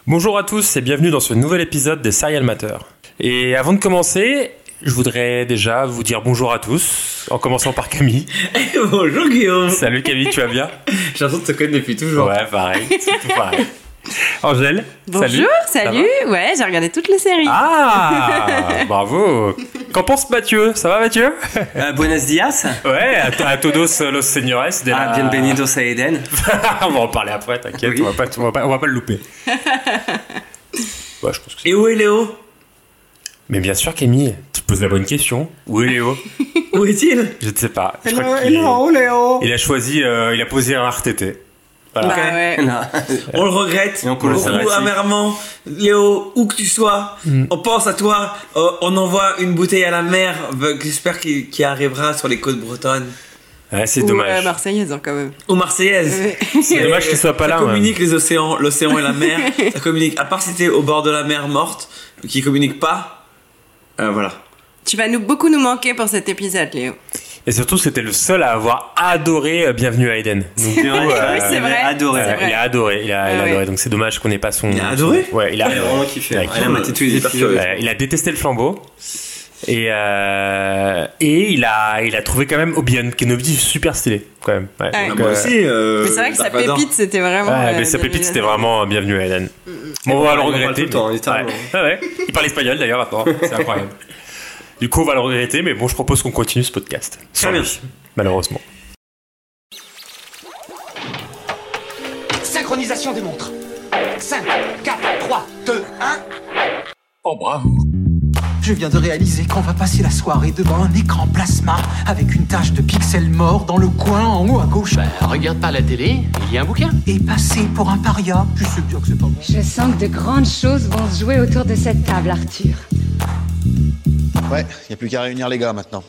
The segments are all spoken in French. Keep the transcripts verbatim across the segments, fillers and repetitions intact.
Bonjour à tous et bienvenue dans ce nouvel épisode des Serial Matter. Et avant de commencer, je voudrais déjà vous dire bonjour à tous, en commençant par Camille. Bonjour Guillaume. Salut Camille, tu vas bien? J'ai l'impression de te connaître depuis toujours. Ouais, pareil, c'est tout pareil. Angèle. Bonjour, salut, salut. Ouais, j'ai regardé toutes les séries. Ah, bravo. Qu'en pense Mathieu? Ça va Mathieu? euh, Buenos dias. Ouais, a, a todos los señores de la... Ah, bienvenidos a Eden. On va en parler après, t'inquiète, oui. on, va pas, on, va pas, on va pas le louper. Ouais, je pense que Et où est Léo? Mais bien sûr Camille, tu poses la bonne question. Où est Léo? Où est-il? Je ne sais pas. Je Hello, crois qu'il hello, est... Léo. Il a choisi, euh, il a posé un R T T. Voilà. Bah ouais. On le regrette on beaucoup amèrement. Léo, où que tu sois, mm. on pense à toi. Euh, on envoie une bouteille à la mer. J'espère qu'il, qu'il arrivera sur les côtes bretonnes. Ouais, c'est Ou dommage. euh, marseillaise hein, quand même. Ou marseillaise. Ouais. C'est dommage qu'il soit pas ça là. Ça communique ouais. les océans, l'océan et la mer. Ça communique. À part si t'es au bord de la mer morte, qui communique pas. Euh, voilà. Tu vas nous, beaucoup nous manquer pour cet épisode, Léo. Et surtout, c'était le seul à avoir adoré euh, Bienvenue à Eden. Donc, c'est vrai, euh, oui, c'est vrai. Adoré. Euh, il a adoré. Il a, ah, il a ouais. adoré. Donc c'est dommage qu'on n'ait pas son. Il a adoré. Ouais, il a. Il a vraiment kiffé. Ouais, il a maté tous les épisodes. Euh, il a détesté le flambeau. Et euh, et il a il a trouvé quand même Obi-Wan Kenobi super stylé quand même. Ouais, Ouais. donc, Moi euh, aussi. Euh, mais c'est vrai que sa pépite, c'était vraiment. Ouais, mais euh, sa pépite, c'était vraiment Bienvenue à Eden. Mm-hmm. Bon, on va le on en parle regretter. tout le temps, mais... littéralement. ouais. Ouais, ouais. Il parle espagnol d'ailleurs maintenant. C'est incroyable. Du coup, on va le regretter, mais bon, je propose qu'on continue ce podcast. Très bien. Lui, malheureusement. Synchronisation des montres. cinq, quatre, trois, deux, un. Oh bravo. Je viens de réaliser qu'on va passer la soirée devant un écran plasma avec une tache de pixels morts dans le coin en haut à gauche. Bah, regarde pas la télé, il y a un bouquin. Et passer pour un paria. Je sais bien que c'est pas bon. Je sens que de grandes choses vont se jouer autour de cette table, Arthur. Ouais, y a plus qu'à réunir les gars maintenant.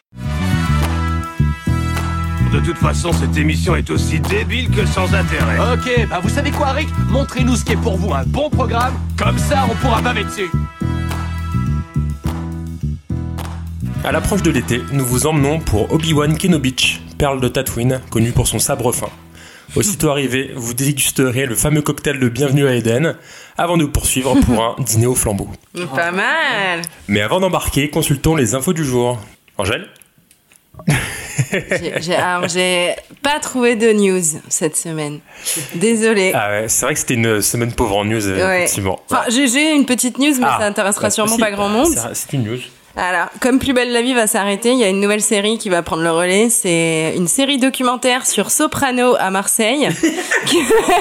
De toute façon, cette émission est aussi débile que sans intérêt. Ok, bah vous savez quoi, Rick? Montrez-nous ce qui est pour vous un bon programme, comme ça on pourra baver dessus. À l'approche de l'été, nous vous emmenons pour Obi-Wan Kenobi, perle de Tatooine, connu pour son sabre fin. Aussitôt arrivé, vous dégusterez le fameux cocktail de Bienvenue à Eden, avant de poursuivre pour un dîner au flambeau. Pas mal. Mais avant d'embarquer, consultons les infos du jour. Angèle? j'ai, j'ai, alors, j'ai pas trouvé de news cette semaine. Désolée. Ah ouais, c'est vrai que c'était une semaine pauvre en news, ouais. effectivement. Enfin, j'ai, j'ai une petite news, mais ah, ça intéressera bah, sûrement si, pas grand monde. C'est, c'est une news. Alors, comme Plus belle la vie va s'arrêter, il y a une nouvelle série qui va prendre le relais. C'est une série documentaire sur Soprano à Marseille, qui,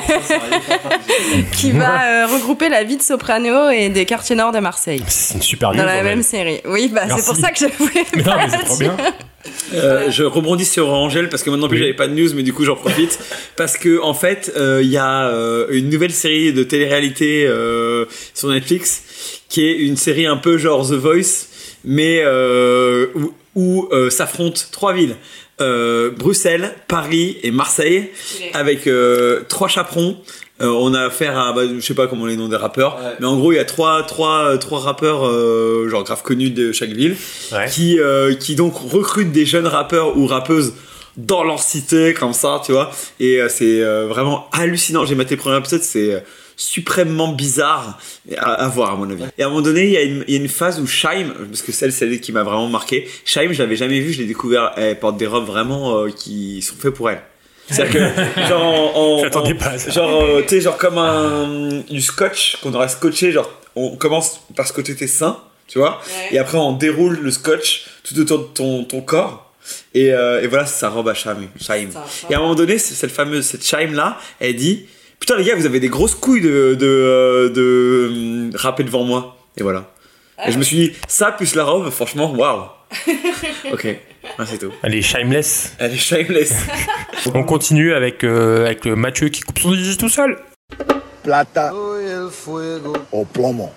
qui va euh, regrouper la vie de Soprano et des quartiers nord de Marseille. C'est une super news. Dans la même série. Oui, bah Merci. c'est pour ça que je voulais. Mais non, mais c'est trop bien. Euh, je rebondis sur Angèle parce que maintenant plus oui. j'avais pas de news, mais du coup j'en profite parce que en fait il euh, y a euh, une nouvelle série de télé-réalité euh, sur Netflix qui est une série un peu genre The Voice, mais euh, où, où euh, s'affrontent trois villes. Euh, Bruxelles, Paris et Marseille, avec euh, trois chaperons. Euh, on a affaire à, bah, je sais pas comment les noms des rappeurs, ouais. mais en gros il y a trois, trois, trois rappeurs euh, genre grave connus de chaque ville, ouais. qui, euh, qui donc recrutent des jeunes rappeurs ou rappeuses dans leur cité comme ça, tu vois. Et euh, c'est euh, vraiment hallucinant. J'ai maté le premier épisode, c'est euh, suprêmement bizarre à, à voir à mon avis. Et à un moment donné, il y a une, il y a une phase où Shaim, parce que celle, celle qui m'a vraiment marqué, Shaim, je l'avais jamais vu, je l'ai découvert, elle porte des robes vraiment euh, qui sont faites pour elle. C'est-à-dire que, genre, en, en, J'attendais pas ça. Genre, euh, tu sais, genre comme un, du scotch qu'on aurait scotché, genre, on commence par scotcher tes seins, tu vois, ouais. et après on déroule le scotch tout autour de ton, ton corps, et, euh, et voilà, c'est sa robe à Shaim. Shaim. Et à un moment donné, cette fameuse, cette Shaim là, elle dit, putain les gars, vous avez des grosses couilles de, de, de, de, de rapper devant moi. Et voilà. Ah, et je me suis dit, ça plus la robe, franchement, waouh. Ok, ah, c'est tout. Elle est shameless. Elle est shameless. On continue avec, euh, avec Mathieu qui coupe son digit tout seul. Plata au plomo.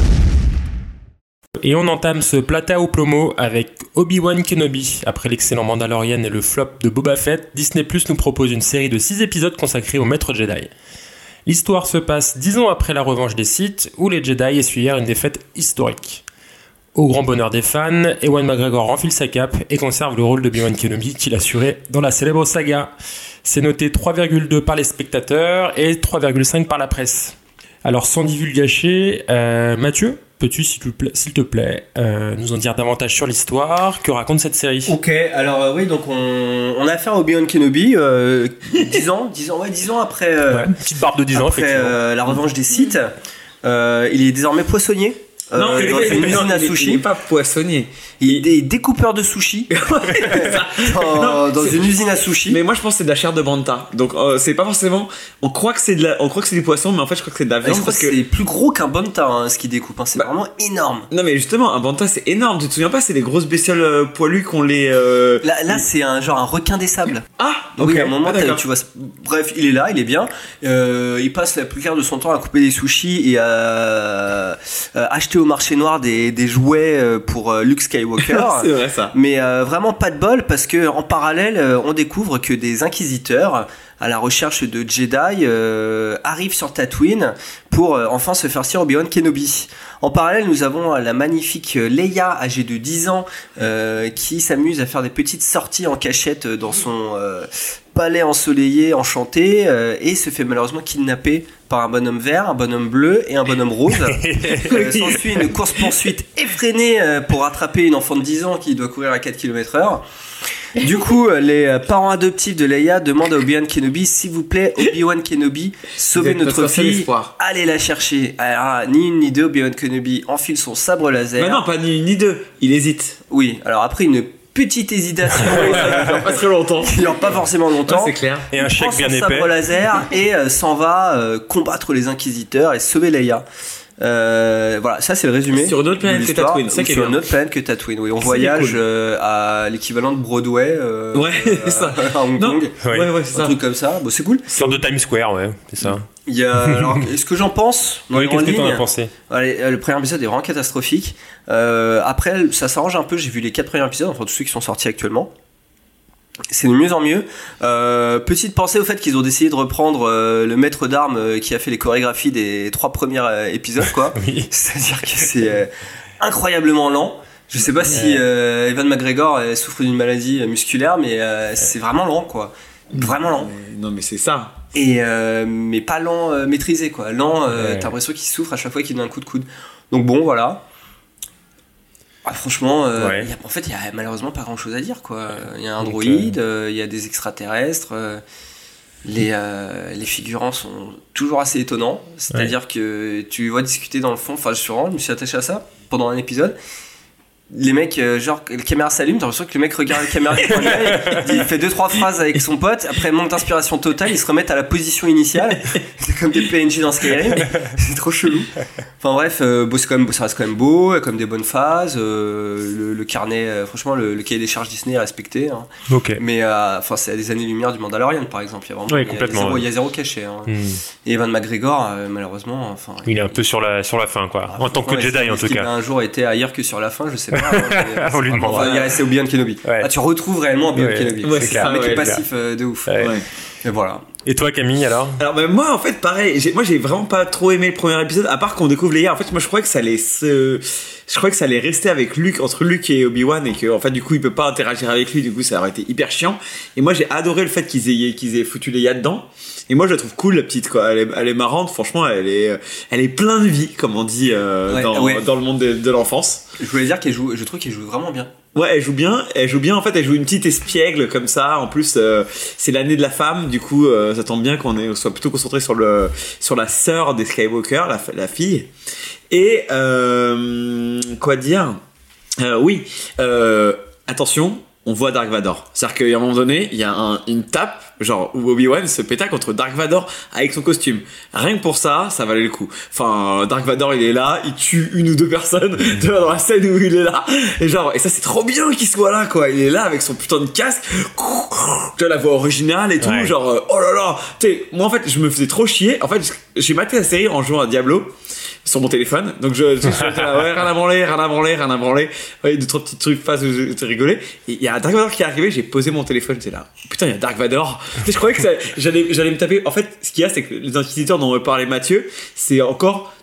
Et on entame ce plata au plomo avec Obi-Wan Kenobi. Après l'excellent Mandalorian et le flop de Boba Fett, Disney Plus nous propose une série de six épisodes consacrés au maître Jedi. L'histoire se passe dix ans après la revanche des Sith, où les Jedi essuyèrent une défaite historique. Au grand bonheur des fans, Ewan McGregor enfile sa cape et conserve le rôle de Obi-Wan Kenobi qu'il assurait dans la célèbre saga. C'est noté trois virgule deux par les spectateurs et trois virgule cinq par la presse. Alors sans divulgacher, euh, Mathieu, peux-tu s'il te plaît, s'il te plaît euh, nous en dire davantage sur l'histoire que raconte cette série? Ok, alors euh, oui, donc on, on a affaire à Obi-Wan Kenobi, euh, dix ans, dix ans, ouais, dix ans après, euh, ouais, une petite barbe de dix ans, après euh, la revanche des Sith. Euh, il est désormais poissonnier. Euh, non, dans il, une il, usine à il, sushi. il est pas poissonnier. Il est découpeur de sushi dans, Non, dans une usine à sushi. Mais moi je pense que c'est de la chair de banta. Donc euh, c'est pas forcément. On croit que c'est de la... on croit que c'est du poisson, mais en fait je crois que c'est de la viande. Je crois parce que, que c'est plus gros qu'un banta hein, ce qui découpe. Hein. C'est bah, vraiment énorme. Non mais justement un banta c'est énorme. Tu te souviens pas, c'est des grosses bestioles euh, poilues qu'on les. Euh... Là, là c'est un genre un requin des sables. Ah. Donc okay. à un moment ah, tu vois. Bref, il est là, il est bien. Euh, il passe la plupart de son temps à couper des sushis et à, à acheter au marché noir des, des jouets pour Luke Skywalker. C'est vrai ça. Mais euh, vraiment pas de bol parce que en parallèle, on découvre que des inquisiteurs à la recherche de Jedi euh, arrivent sur Tatooine pour euh, enfin se faire tirer Obi-Wan Kenobi. En parallèle, nous avons la magnifique Leia, âgée de dix ans, euh, qui s'amuse à faire des petites sorties en cachette dans son euh, palais ensoleillé, enchanté, euh, et se fait malheureusement kidnapper par un bonhomme vert, un bonhomme bleu et un bonhomme rose. euh, s'ensuit une course-poursuite effrénée euh, pour rattraper une enfant de dix ans qui doit courir à quatre kilomètres heure. Du coup, les parents adoptifs de Leia demandent à Obi-Wan Kenobi, s'il vous plaît, Obi-Wan Kenobi, sauvez notre fille, allez la chercher. Alors, ni une ni deux, Obi-Wan Kenobi enfile son sabre laser. Mais non, pas ni une ni deux, il hésite. Oui, alors après une petite hésitation, il dure pas très longtemps. Il dure pas forcément longtemps. Ouais, c'est clair. Et un chèque bien épais. Il prend son sabre laser et euh, s'en va euh, combattre les inquisiteurs et sauver Leia. Euh, voilà, ça c'est le résumé. Sur une autre planète que Tatooine, ça qui est Sur bien. une autre planète que Tatooine, oui. On c'est voyage cool. euh, à l'équivalent de Broadway. Euh, ouais, euh, ça. À Hong Non. Kong. Ouais, ouais, ouais, c'est un ça. truc comme ça. Bon, c'est cool. Sorte de Times Square, ouais, c'est ça. Il y a, alors, ce que j'en pense. Oui, qu'est-ce que t'en as pensé? Allez, le premier épisode est vraiment catastrophique. Euh, après, ça s'arrange un peu. J'ai vu les quatre premiers épisodes, enfin tous ceux qui sont sortis actuellement. C'est de mieux en mieux. Euh, petite pensée au fait qu'ils ont décidé de reprendre euh, le maître d'armes euh, qui a fait les chorégraphies des trois premiers euh, épisodes, quoi. Oui. C'est-à-dire que c'est euh, incroyablement lent. Je sais pas si euh, Ewan McGregor euh, souffre d'une maladie musculaire, mais euh, c'est vraiment lent, quoi. Vraiment lent. Mais, non, mais c'est ça. Et euh, mais pas lent euh, maîtrisé, quoi. Lent, euh, ouais. T'as l'impression qu'il souffre à chaque fois qu'il donne un coup de coude. Donc bon, voilà. Ah, franchement, euh, ouais. y a, en fait, il y a malheureusement pas grand-chose à dire, quoi. Il y a un droïde, il euh, y a des extraterrestres. Euh, les euh, les figurants sont toujours assez étonnants. C'est-à-dire ouais. que tu vois discuter dans le fond. Enfin, je suis vraiment, je me suis attaché à ça pendant un épisode. Les mecs, euh, genre, la caméra s'allume, t'as l'impression que le mec regarde la caméra, il, il fait deux trois phrases avec son pote, après manque d'inspiration totale, ils se remettent à la position initiale. C'est comme des P N G dans Skyrim, c'est trop chelou. Enfin bref, euh, bon, c'est quand même, ça reste quand même beau, comme des bonnes phases, euh, le, le carnet, euh, franchement, le, le cahier des charges Disney est respecté. Hein. Ok. Mais enfin, euh, c'est à des années-lumière du Mandalorian, par exemple. Il y a vraiment, oui, il y a, complètement. zéro, ouais. il y a zéro cachet. Hein. Mm. Et Ewan McGregor, euh, malheureusement, enfin. Il est un peu sur la sur la fin, quoi. En tant que ouais, Jedi, en tout cas. Il a un jour été ailleurs que sur la fin, je sais pas. On lui demande. Enfin, c'est Obi-Wan Kenobi. Ouais. Ah, tu retrouves réellement Obi-Wan ouais, Kenobi. Ouais, c'est c'est clair. Un mec ouais, passif euh, de ouf. Ouais. Ouais. Et voilà. Et toi, Camille, alors? Alors, ben, moi, en fait, pareil. J'ai, moi, j'ai vraiment pas trop aimé le premier épisode, à part qu'on découvre Leia. En fait, moi, je croyais que ça allait se, je croyais que ça allait rester avec Luke, entre Luke et Obi-Wan, et que, en fait, du coup, il peut pas interagir avec lui. Du coup, ça aurait été hyper chiant. Et moi, j'ai adoré le fait qu'ils aient, qu'ils aient foutu Leia dedans. Et moi, je la trouve cool, la petite, quoi. Elle est, elle est marrante. Franchement, elle est, elle est plein de vie, comme on dit, euh, ouais, dans, ouais. dans le monde de, de l'enfance. Je voulais dire qu'elle joue, je trouve qu'elle joue vraiment bien. Ouais, elle joue bien, elle joue bien, en fait, elle joue une petite espiègle comme ça. En plus, euh, c'est l'année de la femme, du coup, euh, ça tombe bien qu'on est, soit plutôt concentré sur le, sur la sœur des Skywalker, la, la fille. Et, euh, quoi dire? Euh, oui, euh, attention, on voit Dark Vador. C'est-à-dire qu'à un moment donné, il y a un, une tape, genre, où Obi-Wan se péta contre Dark Vador avec son costume. Rien que pour ça, ça valait le coup. Enfin, Dark Vador, il est là, il tue une ou deux personnes dans la scène où il est là. Et genre, et ça, c'est trop bien qu'il soit là, quoi. Il est là avec son putain de casque. Tu vois, la voix originale et tout. Ouais. Genre, oh là là. Tu sais, moi, en fait, je me faisais trop chier. En fait, j'ai maté la série en jouant à Diablo sur mon téléphone, donc je, je, je j'étais là, ouais, rien à branler, rien à branler, rien à branler, ouais, deux, trois petits trucs phases où j'ai rigolé, et il y a Dark Vador qui est arrivé, j'ai posé mon téléphone, j'étais là, putain, il y a Dark Vador, tu sais, je croyais que ça, j'allais, j'allais me taper, en fait, ce qu'il y a, c'est que les inquisiteurs dont on parlait Mathieu, c'est encore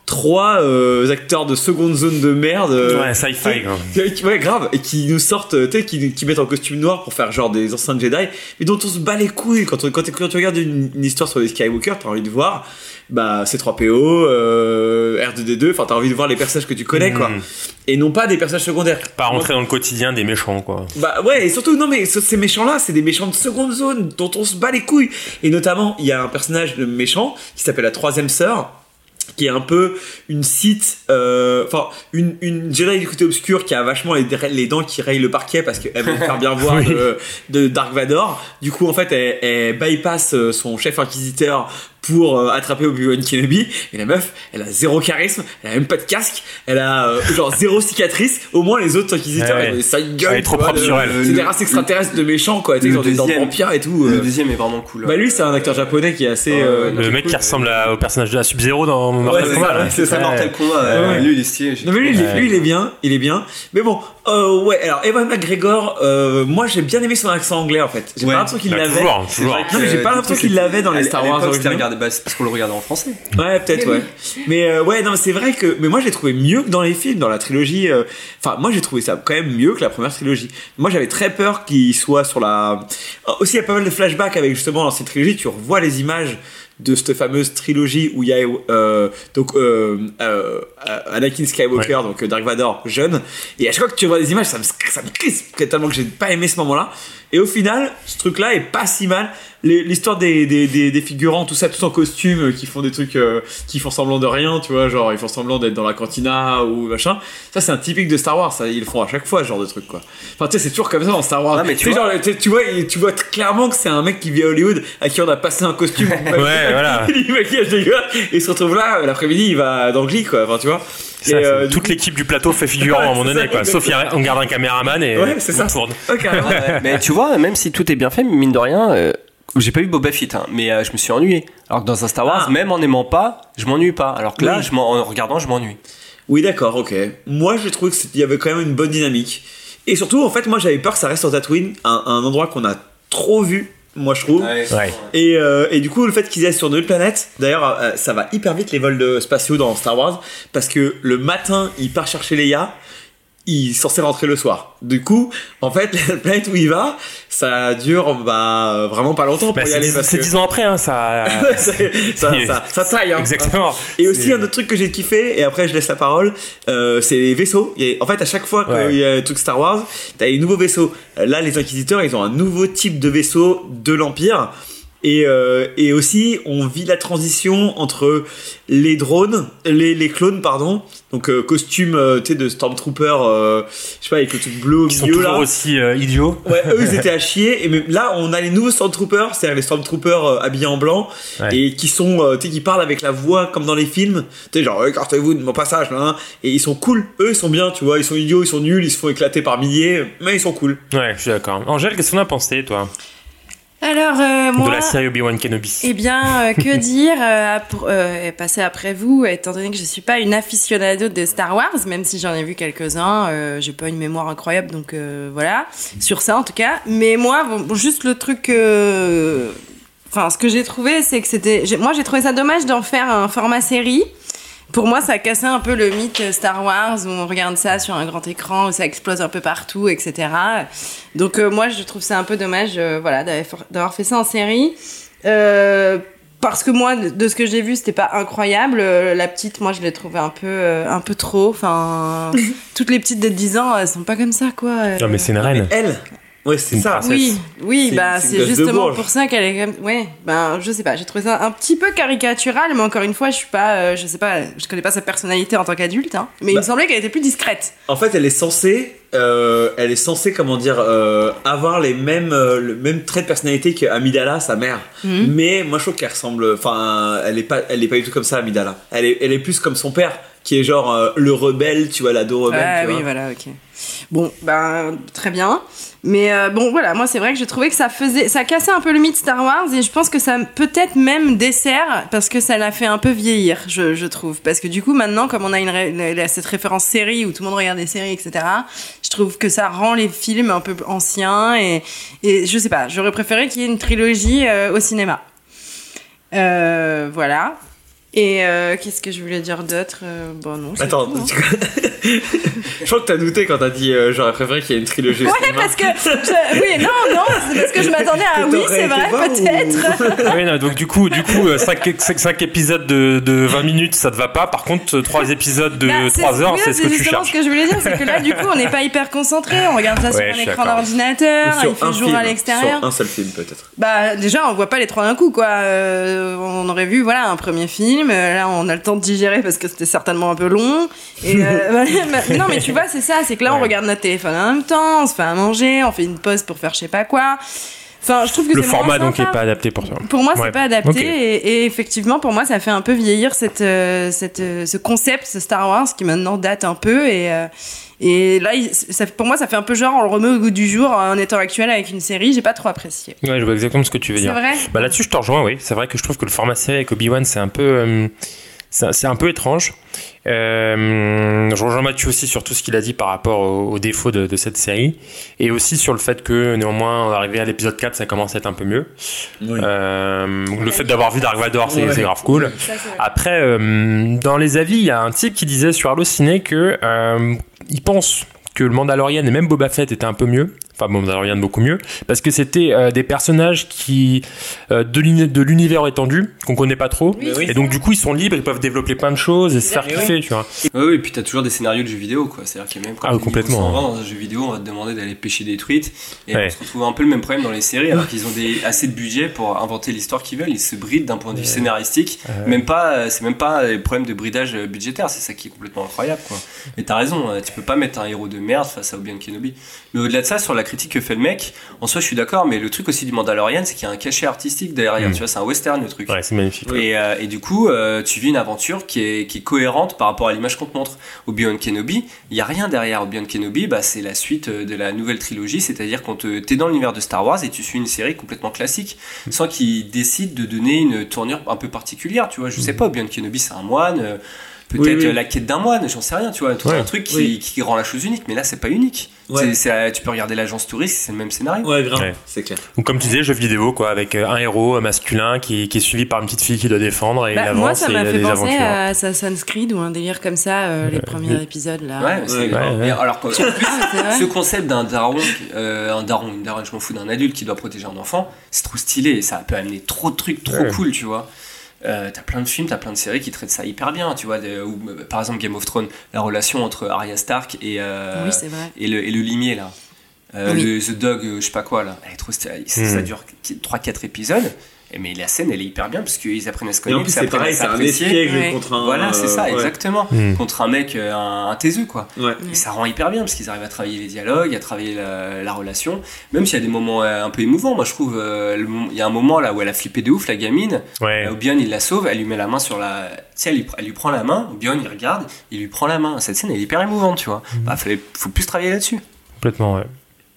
trois euh, acteurs de seconde zone de merde. Euh, ouais, sci-fi. Qui, ouais, grave, et qui nous sortent, tu sais, qui, qui mettent en costume noir pour faire genre des anciens Jedi, mais dont on se bat les couilles quand, on, quand, quand tu regardes une, une histoire sur les Skywalker, t'as envie de voir. Bah, C trois P O, euh, R deux D deux, enfin t'as envie de voir les personnages que tu connais, mmh. quoi. Et non pas des personnages secondaires. Pas rentrer dans le quotidien des méchants, quoi. Bah ouais, et surtout, non mais ces méchants-là, c'est des méchants de seconde zone dont on se bat les couilles. Et notamment, il y a un personnage de méchant qui s'appelle la troisième sœur, qui est un peu une Sith, euh, enfin une, une Jedi du côté obscur qui a vachement les, les dents qui rayent le parquet parce qu'elle veut faire bien voir oui. de, de Dark Vador. Du coup, en fait, elle, elle bypass son chef inquisiteur pour euh, attraper Obi-Wan Kenobi, et la meuf elle a zéro charisme, elle a même pas de casque, elle a euh, genre zéro cicatrice. Au moins les autres inquisiteurs ouais, ouais. ils ont des side guns, elle est trop propre sur elle, c'est des races extraterrestres de méchants quoi, tu sais, genre des vampires et tout. Le deuxième est vraiment cool. Bah lui c'est un acteur japonais qui est assez euh, le mec cool. qui ressemble à, au personnage de la Sub-Zero dans Mortal ouais, Kombat. C'est ça, Mortal Kombat. Lui il est stylé. Non mais lui, lui il est bien, il est bien. Mais bon, euh, ouais. Alors Ewan McGregor, euh, moi j'ai bien aimé son accent anglais en fait. J'ai pas l'impression qu'il l'avait. Toujours, toujours. Non mais j'ai pas l'impression qu'il l'avait dans les Star Wars originaux. Parce qu'on le regardait en français. Ouais, peut-être, mais ouais. Oui. Mais euh, ouais, non, c'est vrai que. Mais moi, j'ai trouvé mieux que dans les films, dans la trilogie. Enfin, euh... moi, j'ai trouvé ça quand même mieux que la première trilogie. Moi, j'avais très peur qu'il soit sur la. Aussi, il y a pas mal de flashbacks avec justement l'ancienne trilogie. Tu revois les images de cette fameuse trilogie où il y a euh, donc euh, euh, Anakin Skywalker, ouais. donc Dark Vador jeune. Et à chaque fois que tu vois des images, ça me ça me crispe tellement que j'ai pas aimé ce moment-là. Et au final, ce truc-là est pas si mal. L'histoire des, des, des, des figurants, tout ça, tout en costume, qui font des trucs, euh, qui font semblant de rien, tu vois, genre ils font semblant d'être dans la cantina ou machin. Ça, c'est un typique de Star Wars, ça, ils le font à chaque fois, ce genre de truc, quoi. Enfin, tu sais, c'est toujours comme ça dans Star Wars. Ah, mais tu, vois, genre, tu vois, tu vois clairement que c'est un mec qui vit à Hollywood, à qui on a passé un costume. ouais, voilà. Il maquillage dégueulasse, et il se retrouve là, l'après-midi, il va dans Glee, quoi. Enfin, tu vois. Ça, et euh, toute coup... l'équipe du plateau fait figurant à un moment donné, quoi. Sauf on garde un caméraman et ouais, c'est on ça. tourne. Okay, ouais. Mais tu vois, même si tout est bien fait, mine de rien, euh, j'ai pas vu Boba Fett, hein, mais euh, je me suis ennuyé. Alors que dans un Star Wars, ah. même en aimant pas, je m'ennuie pas. Alors que là, oui. je en regardant, je m'ennuie. Oui, d'accord, ok. Moi, j'ai trouvé qu'il y avait quand même une bonne dynamique. Et surtout, en fait, moi, j'avais peur que ça reste sur Tatooine, un, un endroit qu'on a trop vu. Moi je trouve ouais, ouais. et, euh, et du coup le fait qu'ils aient sur une autre planète, d'ailleurs euh, ça va hyper vite les vols de spatiaux dans Star Wars, parce que le matin il part chercher Leia, il est censé rentrer le soir. Du coup, en fait, la planète où il va, ça dure bah, vraiment pas longtemps pour bah, y aller. Parce c'est que... dix ans après, hein, ça... ça, ça, ça, ça taille. Hein. Exactement. Et aussi, c'est... un autre truc que j'ai kiffé, et après je laisse la parole, euh, c'est les vaisseaux. Et en fait, à chaque fois qu'il ouais. y a un truc Star Wars, t'as les nouveaux vaisseaux. Là, les Inquisiteurs, ils ont un nouveau type de vaisseau de l'Empire. Et, euh, et aussi, on vit la transition entre les drones, les, les clones, pardon, donc euh, costume, euh, tu sais, de Stormtrooper, euh, je sais pas, avec le truc bleu au milieu, là. Qui sont toujours aussi euh, idiots. Ouais, eux, ils étaient à chier. Et même là, on a les nouveaux Stormtroopers, c'est-à-dire les Stormtroopers euh, habillés en blanc, ouais. et qui sont, euh, tu sais, qui parlent avec la voix comme dans les films. Tu sais, genre, écartez-vous de mon passage, là. Et ils sont cool. Eux, ils sont bien, tu vois. Ils sont idiots, ils sont nuls, ils se font éclater par milliers, mais ils sont cool. Ouais, je suis d'accord. Angèle, qu'est-ce qu'on a pensé, toi ? Alors, euh, moi... De la série Obi-Wan Kenobi. Eh bien, euh, que dire euh, pour euh, passer après vous, étant donné que je suis pas une aficionado de Star Wars, même si j'en ai vu quelques-uns, euh, j'ai pas une mémoire incroyable, donc euh, voilà, sur ça en tout cas. Mais moi, bon, juste le truc... Euh... Enfin, ce que j'ai trouvé, c'est que c'était... J'ai... Moi, j'ai trouvé ça dommage d'en faire un format série. Pour moi, ça a cassé un peu le mythe Star Wars où on regarde ça sur un grand écran, où ça explose un peu partout, et cetera. Donc euh, moi, je trouve ça un peu dommage, euh, voilà, d'avoir fait ça en série. Euh, parce que moi, de ce que j'ai vu, c'était pas incroyable. Euh, la petite, moi, je l'ai trouvée un peu, euh, un peu trop. Enfin, toutes les petites de dix ans, elles sont pas comme ça, quoi. Non, mais c'est une reine. Mais elle Ouais, c'est, c'est ça. Princesse. Oui, oui, c'est, bah c'est, c'est justement pour ça qu'elle est comme, ouais, ben je sais pas, j'ai trouvé ça un petit peu caricatural, mais encore une fois, je suis pas, euh, je sais pas, je connais pas sa personnalité en tant qu'adulte, hein, mais bah, il me semblait qu'elle était plus discrète. En fait, elle est censée, euh, elle est censée, comment dire, euh, avoir les mêmes, euh, le même trait de personnalité qu'Amidala, sa mère. Mm-hmm. Mais moi, je trouve qu'elle ressemble, enfin, elle est pas, elle est pas du tout comme ça, Amidala. Elle est, elle est plus comme son père, qui est genre euh, le rebelle, tu vois, l'ado rebelle. Ah tu oui, vois. voilà, ok. Bon, ben très bien. Mais euh, bon, voilà, moi c'est vrai que j'ai trouvé que ça faisait, ça cassait un peu le mythe Star Wars et je pense que ça peut-être même dessert parce que ça l'a fait un peu vieillir, je, je trouve. Parce que du coup, maintenant, comme on a une, une, cette référence série où tout le monde regarde des séries, et cetera, je trouve que ça rend les films un peu anciens et, et je sais pas, j'aurais préféré qu'il y ait une trilogie euh, au cinéma. Euh, voilà. Et euh, qu'est-ce que je voulais dire d'autre euh, Bon, non. C'est Attends, tout, hein. je crois que t'as douté quand t'as dit euh, j'aurais préféré qu'il y ait une trilogie. Ouais, parce que. Je... Oui, non, non, c'est parce que je m'attendais à. Oui, c'est vrai, peut-être. Ou... Oui, non, donc du coup, du coup cinq épisodes de, de vingt minutes, ça te va pas. Par contre, trois épisodes de bah, trois heures, oui, c'est ce que tu cherches. Ce que je voulais dire, c'est que là, du coup, on n'est pas hyper concentré. On regarde ça ouais, sur un écran d'ordinateur, il fait jour film, à l'extérieur. Sur un seul film, peut-être. Bah, déjà, on voit pas les trois d'un coup, quoi. Euh, on aurait vu, voilà, un premier film. Là, on a le temps de digérer parce que c'était certainement un peu long. Et euh, voilà, bah, non, mais tu vois, c'est ça. C'est que là, ouais. on regarde notre téléphone en même temps, on se fait à manger, on fait une pause pour faire je sais pas quoi. Enfin, je trouve que le c'est format donc sympa. est pas adapté pour toi. Pour moi, c'est ouais. pas adapté okay. et, et effectivement, pour moi, ça fait un peu vieillir cette, euh, cette, euh, ce concept, ce Star Wars qui maintenant date un peu et. Euh, Et là, ça, pour moi, ça fait un peu genre, on le remet au goût du jour en étant actuel avec une série. J'ai pas trop apprécié. Ouais, je vois exactement ce que tu veux c'est dire. C'est vrai. Bah là-dessus, je te rejoins. Oui, c'est vrai que je trouve que le format série avec Obi-Wan, c'est un peu, euh, c'est, c'est un peu étrange. Euh, je rejoins Mathieu aussi sur tout ce qu'il a dit par rapport aux, aux défauts de, de cette série, et aussi sur le fait que néanmoins, arrivé à l'épisode quatre, ça commence à être un peu mieux. Oui. Euh, le fait d'avoir vu Dark Vador, c'est, ouais. c'est grave cool. Ça, c'est Après, euh, dans les avis, il y a un type qui disait sur Allociné que euh, il pense que le Mandalorian et même Boba Fett étaient un peu mieux. Enfin, bon, Mandalorian beaucoup mieux, parce que c'était euh, des personnages qui euh, de, l'uni- de l'univers étendu qu'on connaît pas trop, oui, et donc du coup ils sont libres, ils peuvent développer plein de choses et se faire kiffer, oui. tu vois. Oui, oui, et puis t'as toujours des scénarios de jeux vidéo, quoi. C'est-à-dire qu'il y a même quand ah, complètement. Hein. Dans un jeu vidéo, on va te demander d'aller pêcher des truites, et ouais. on se retrouve un peu le même problème dans les séries, alors qu'ils ont des, assez de budget pour inventer l'histoire qu'ils veulent. Ils se brident d'un point de vue ouais. scénaristique, ouais. même pas, c'est même pas le problème de bridage budgétaire, c'est ça qui est complètement incroyable, quoi. Mais t'as raison, tu peux pas mettre un héros de merde face à Obi-Wan Kenobi. Mais au-delà de ça, sur la critique que fait le mec, en soi je suis d'accord, mais le truc aussi du Mandalorian, c'est qu'il y a un cachet artistique derrière, mmh. tu vois, c'est un western le truc. Ouais, c'est magnifique. Et, euh, et du coup, euh, tu vis une aventure qui est, qui est cohérente par rapport à l'image qu'on te montre. Obi-Wan Kenobi, il y a rien derrière. Obi-Wan Kenobi, bah, c'est la suite de la nouvelle trilogie, c'est-à-dire qu'on te, t'es dans l'univers de Star Wars et tu suis une série complètement classique, mmh. sans qu'il décide de donner une tournure un peu particulière, tu vois. Je sais pas, Obi-Wan Kenobi c'est un moine. Euh, Peut-être oui, oui. la quête d'un moine, j'en sais rien, tu vois, tout ouais. un truc qui, oui. qui rend la chose unique, mais là c'est pas unique. Ouais. C'est, c'est, tu peux regarder l'agence touriste, c'est le même scénario. Ouais, grave, ouais. c'est clair. Donc comme tu disais, jeu vidéo quoi, avec un héros masculin qui, qui est suivi par une petite fille qui doit défendre et bah, il avance. Moi, ça et m'a il a fait des penser aventures. à Assassin's Creed ou un délire comme ça, euh, les premiers ouais. épisodes là. Ouais, c'est ouais, ouais, ouais. Alors quand, ce concept d'un daron, euh, un daron, une daronne, je m'en fous, d'un adulte qui doit protéger un enfant, c'est trop stylé et ça peut amener trop de trucs trop ouais. cool, tu vois. Euh, t'as plein de films, t'as plein de séries qui traitent ça hyper bien, tu vois, de, ou, par exemple Game of Thrones, la relation entre Arya Stark et, euh, oui, c'est vrai. et, le, et le limier là, euh, oui. le, The Dog, je sais pas quoi là, elle est trop stylée, ça, mmh. ça dure trois quatre épisodes. Mais la scène elle est hyper bien parce qu'ils apprennent à se connaître, c'est pareil, c'est un espiègle ouais. contre un. Voilà, c'est ça, ouais. exactement. Mmh. Contre un mec, un, un taiseux quoi. Ouais. Et ça rend hyper bien parce qu'ils arrivent à travailler les dialogues, à travailler la, la relation. Même s'il y a des moments un peu émouvants, moi je trouve. Il y a un moment là où elle a flippé de ouf, la gamine. Ouais. Obi-Wan il la sauve, elle lui met la main sur la. Tu sais, elle, elle lui prend la main, Obi-Wan il regarde, il lui prend la main. Cette scène elle est hyper émouvante, tu vois. Mmh. Bah, fallait, faut plus travailler là-dessus. Complètement, ouais.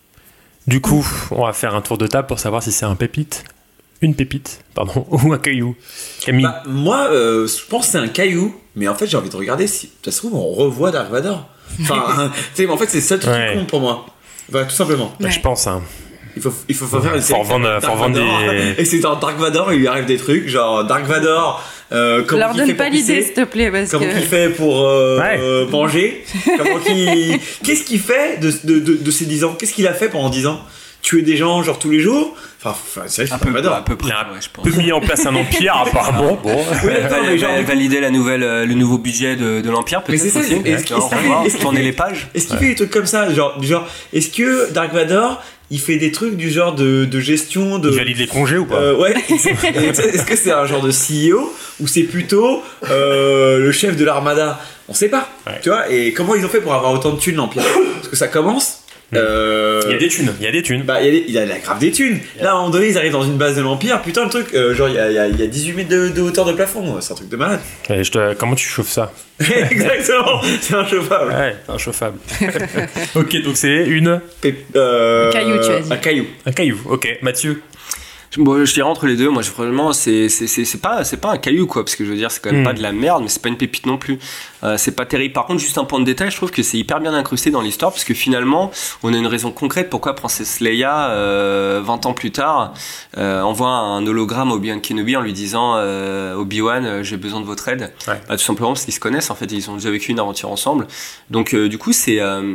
Du coup, on va faire un tour de table pour savoir si c'est un pépite. Une pépite, pardon, ou un caillou. Camille. Bah, moi, euh, je pense que c'est un caillou, mais en fait, j'ai envie de regarder si, ça se trouve, on revoit Dark Vador. Enfin, tu sais, en fait, c'est ça tout ouais. qui compte pour moi. Bah, tout simplement. Bah, ouais. Je pense, hein. Il faut, il faut faire une série. Faut revendre, faut revendre des... Et c'est dans Dark Vador, il lui arrive des trucs, genre Dark Vador. Euh, comment leur donne pas l'idée, s'il te plaît, parce comment que... qu'il fait pour euh, ouais. euh, manger. Comment qu'il... Qu'est-ce qu'il fait de, de, de, de ces dix ans? Qu'est-ce qu'il a fait pendant dix ans? Tuer des gens genre tous les jours? Enfin, enfin c'est vrai que c'est pas à peu près, il a ouais, je pense. peu mis en place un empire apparemment. Bon, oui, attends, mais genre, valider la nouvelle, euh, le nouveau budget de, de l'empire peut-être. Mais c'est aussi. ça. Est-ce, est-ce, est-ce, est-ce tourner les pages. Est-ce qu'il ouais. fait des trucs comme ça, genre, genre, est-ce que Dark Vador il fait des trucs du genre de, de gestion de. Il valide les congés ou pas? euh, Ouais. Est-ce que c'est un genre de C E O ou c'est plutôt euh, le chef de l'armada? On sait pas. Ouais. Tu vois. Et comment ils ont fait pour avoir autant de thunes l'empire? Parce que ça commence. Euh... Il y a des thunes, il y a des thunes. Bah, il y a, des, il y a la grave des thunes. Yeah. Là, à un moment donné, ils arrivent dans une base de l'Empire. Putain, le truc, euh, genre, il y a, il y a, il y a dix-huit mètres de, de hauteur de plafond. C'est un truc de malade. Et je te... Comment tu chauffes ça? Exactement, c'est inchauffable. Ouais, c'est inchauffable. Ok, donc c'est une. Pép- euh... Un caillou, tu as dit. Un caillou. Un caillou, ok. Mathieu? Bon, je dirais entre les deux. Moi, je, vraiment, c'est, c'est, c'est, c'est, pas, c'est pas un caillou, quoi. Parce que je veux dire, c'est quand même mmh. pas de la merde, mais c'est pas une pépite non plus. Euh, c'est pas terrible. Par contre, juste un point de détail, je trouve que c'est hyper bien incrusté dans l'histoire, parce que finalement, on a une raison concrète pourquoi Princesse Leia, euh, vingt ans plus tard, euh, envoie un hologramme à Obi-Wan Kenobi en lui disant euh, Obi-Wan, euh, j'ai besoin de votre aide. Ouais. Bah, tout simplement parce qu'ils se connaissent, en fait, ils ont déjà vécu une aventure ensemble. Donc, euh, du coup, c'est. Euh,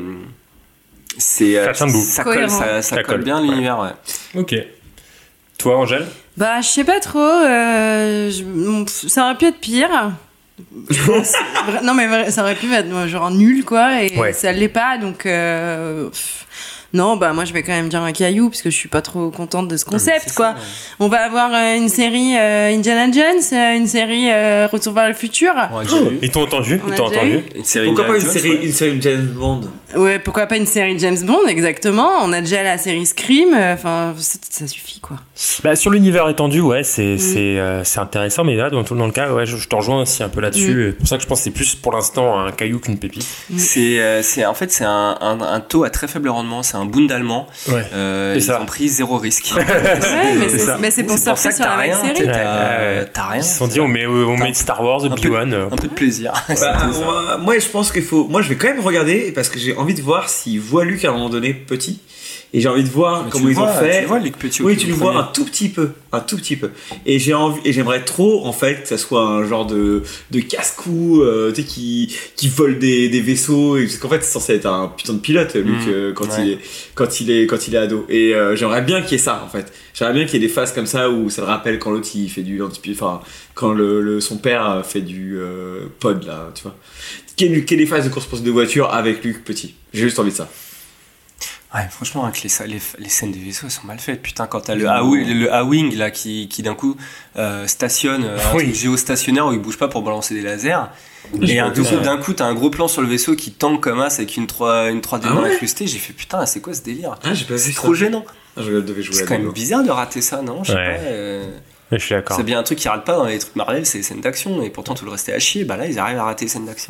c'est euh, ça, ça colle, ça, ça colle bien ouais. l'univers, ouais. Ok. Toi, Angèle ? Bah, je sais pas trop. Euh, je, ça aurait pu être pire. Je pense. Non, mais ça aurait pu être genre nul, quoi. Et ouais. ça l'est pas, donc. Euh, non, bah moi je vais quand même dire un caillou parce que je suis pas trop contente de ce concept, quoi. Ça, ouais. On va avoir euh, une série euh, Indiana Jones, euh, une série euh, Retour vers le futur. Oh, ils t'ont entendu, ils t'ont entendu. Une série pourquoi Indiana pas une Jones, série, ouais. une série James Bond ? Ouais, pourquoi pas une série James Bond, exactement. On a déjà la série Scream, enfin euh, ça, ça suffit, quoi. Bah, sur l'univers étendu, ouais, c'est mm. c'est euh, c'est intéressant, mais là dans tout dans le cas, ouais, je, je te rejoins aussi un peu là-dessus. Mm. C'est pour ça que je pense que c'est plus pour l'instant un caillou qu'une pépite. Mm. C'est euh, c'est en fait c'est un, un un taux à très faible rendement, c'est un Bund allemand. Ouais. Euh, ils ça. ont pris zéro risque. Ouais, mais c'est, c'est, mais c'est pour ça que t'as rien. Série. T'as, t'as rien. Ils se sont dit on met on met Star Wars, Obi-Wan. Un, un peu de plaisir. Bah, moi, moi, je pense qu'il faut. Moi, je vais quand même regarder parce que j'ai envie de voir s'ils voient Luke à un moment donné petit. Et j'ai envie de voir mais comment ils vois, ont fait. Tu vois Luke petit. Oui, tu le vois un tout petit peu, un tout petit peu. Et j'ai envie, et j'aimerais trop en fait que ça soit un genre de de casse-cou, euh, tu sais, qui qui vole des des vaisseaux. Et, parce qu'en fait, c'est censé être un putain de pilote, Luke, mmh, euh, quand ouais. il est quand il est quand il est ado. Et euh, j'aimerais bien qu'il y ait ça en fait. J'aimerais bien qu'il y ait des phases comme ça où ça le rappelle quand l'autre il fait du enfin quand le, le son père fait du euh, pod là, tu vois. Qu'il y ait, qu'il y ait des phases de course de voiture avec Luke petit. J'ai juste envie de ça. Ouais, franchement, avec les, les, les scènes des vaisseaux, elles sont mal faites. Putain, quand t'as le A-Wing, le A-Wing là, qui, qui d'un coup euh, stationne, euh, un oui. truc géostationnaire où il bouge pas pour balancer des lasers. Je et un, coup, d'un coup, t'as un gros plan sur le vaisseau qui tangue comme as avec une, trois, une trois D ah ouais incrustée. J'ai fait putain, c'est quoi ce délire ah, j'ai pas C'est trop ça. gênant. Ah, je devais jouer c'est quand même bizarre de rater ça, non je sais ouais. pas. Euh... Je suis d'accord. C'est bien un truc qui rate pas dans les trucs Marvel, c'est les scènes d'action. Et pourtant, tout le reste est à chier. Bah là, ils arrivent à rater les scènes d'action.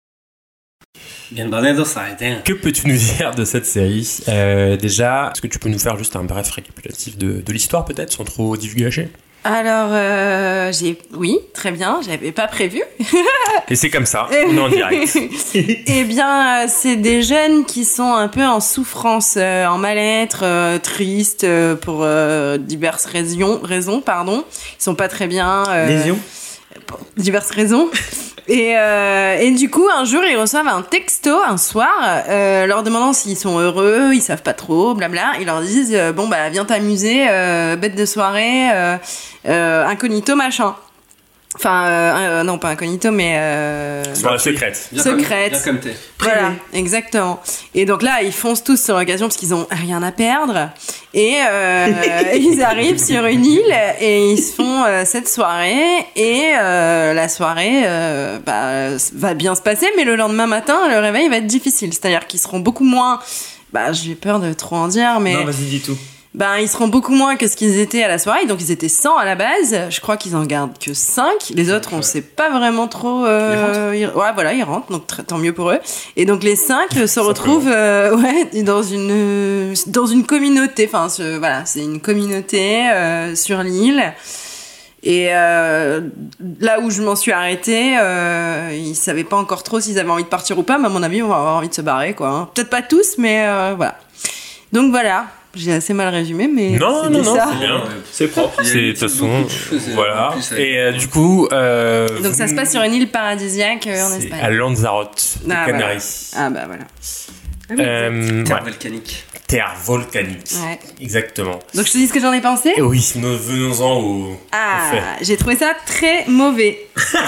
Que peux-tu nous dire de cette série euh, déjà, est-ce que tu peux nous faire juste un bref récapitulatif de, de l'histoire peut-être, sans trop divulgacher ? Alors, euh, j'ai... oui, très bien, j'avais pas prévu. Et c'est comme ça, on est en direct. Eh bien, c'est des jeunes qui sont un peu en souffrance, euh, en mal-être, euh, tristes, euh, pour euh, diverses raisons, raisons, pardon. Ils sont pas très bien. Euh, Lésions ? Pour diverses raisons. Et, euh, et du coup, un jour, ils reçoivent un texto un soir, euh, leur demandant s'ils sont heureux, ils savent pas trop, blabla. Ils leur disent euh, bon bah viens t'amuser, euh, bête de soirée, euh, euh, incognito machin. Enfin, euh, euh, non pas incognito, mais euh... Soirée secrète. Bien secrète. Comme, bien comme t'es. Voilà, exactement. Et donc là, ils foncent tous sur l'occasion parce qu'ils ont rien à perdre. Et euh, ils arrivent sur une île et ils se font euh, cette soirée. Et euh, la soirée euh, bah, va bien se passer, mais le lendemain matin, le réveil va être difficile. C'est-à-dire qu'ils seront beaucoup moins... Bah, j'ai peur de trop en dire, mais... Non, vas-y, dis tout. Ben, ils seront beaucoup moins que ce qu'ils étaient à la soirée. Donc, ils étaient cent à la base. Je crois qu'ils en gardent que cinq. Les autres, on sait pas vraiment trop... Euh... Ils rentrent. Ouais, voilà, ils rentrent. Donc, très, tant mieux pour eux. Et donc, les cinq se retrouvent euh, ouais, dans une dans une communauté. Enfin, ce, voilà, c'est une communauté euh, sur l'île. Et euh, là où je m'en suis arrêtée, euh, ils savaient pas encore trop s'ils avaient envie de partir ou pas. Mais à mon avis, on va avoir envie de se barrer, quoi. Hein. Peut-être pas tous, mais euh, voilà. Donc, voilà. J'ai assez mal résumé, mais non, non, non, ça. c'est bien, c'est propre. C'est de toute façon, voilà. Et euh, du coup, euh, donc ça se passe sur une île paradisiaque euh, en Espagne. À Lanzarote, les ah, Canaries. Voilà. Ah bah voilà. Ah oui, euh, terre ouais. volcanique. Terre volcanique. Ouais. Exactement. Donc je te dis ce que j'en ai pensé. Et oui, nous venons-en au. Ah, au fait. J'ai trouvé ça très mauvais.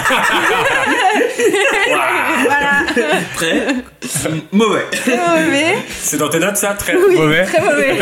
Voilà. Très mauvais. Très mauvais. C'est dans tes notes ça, très oui, mauvais. Très mauvais.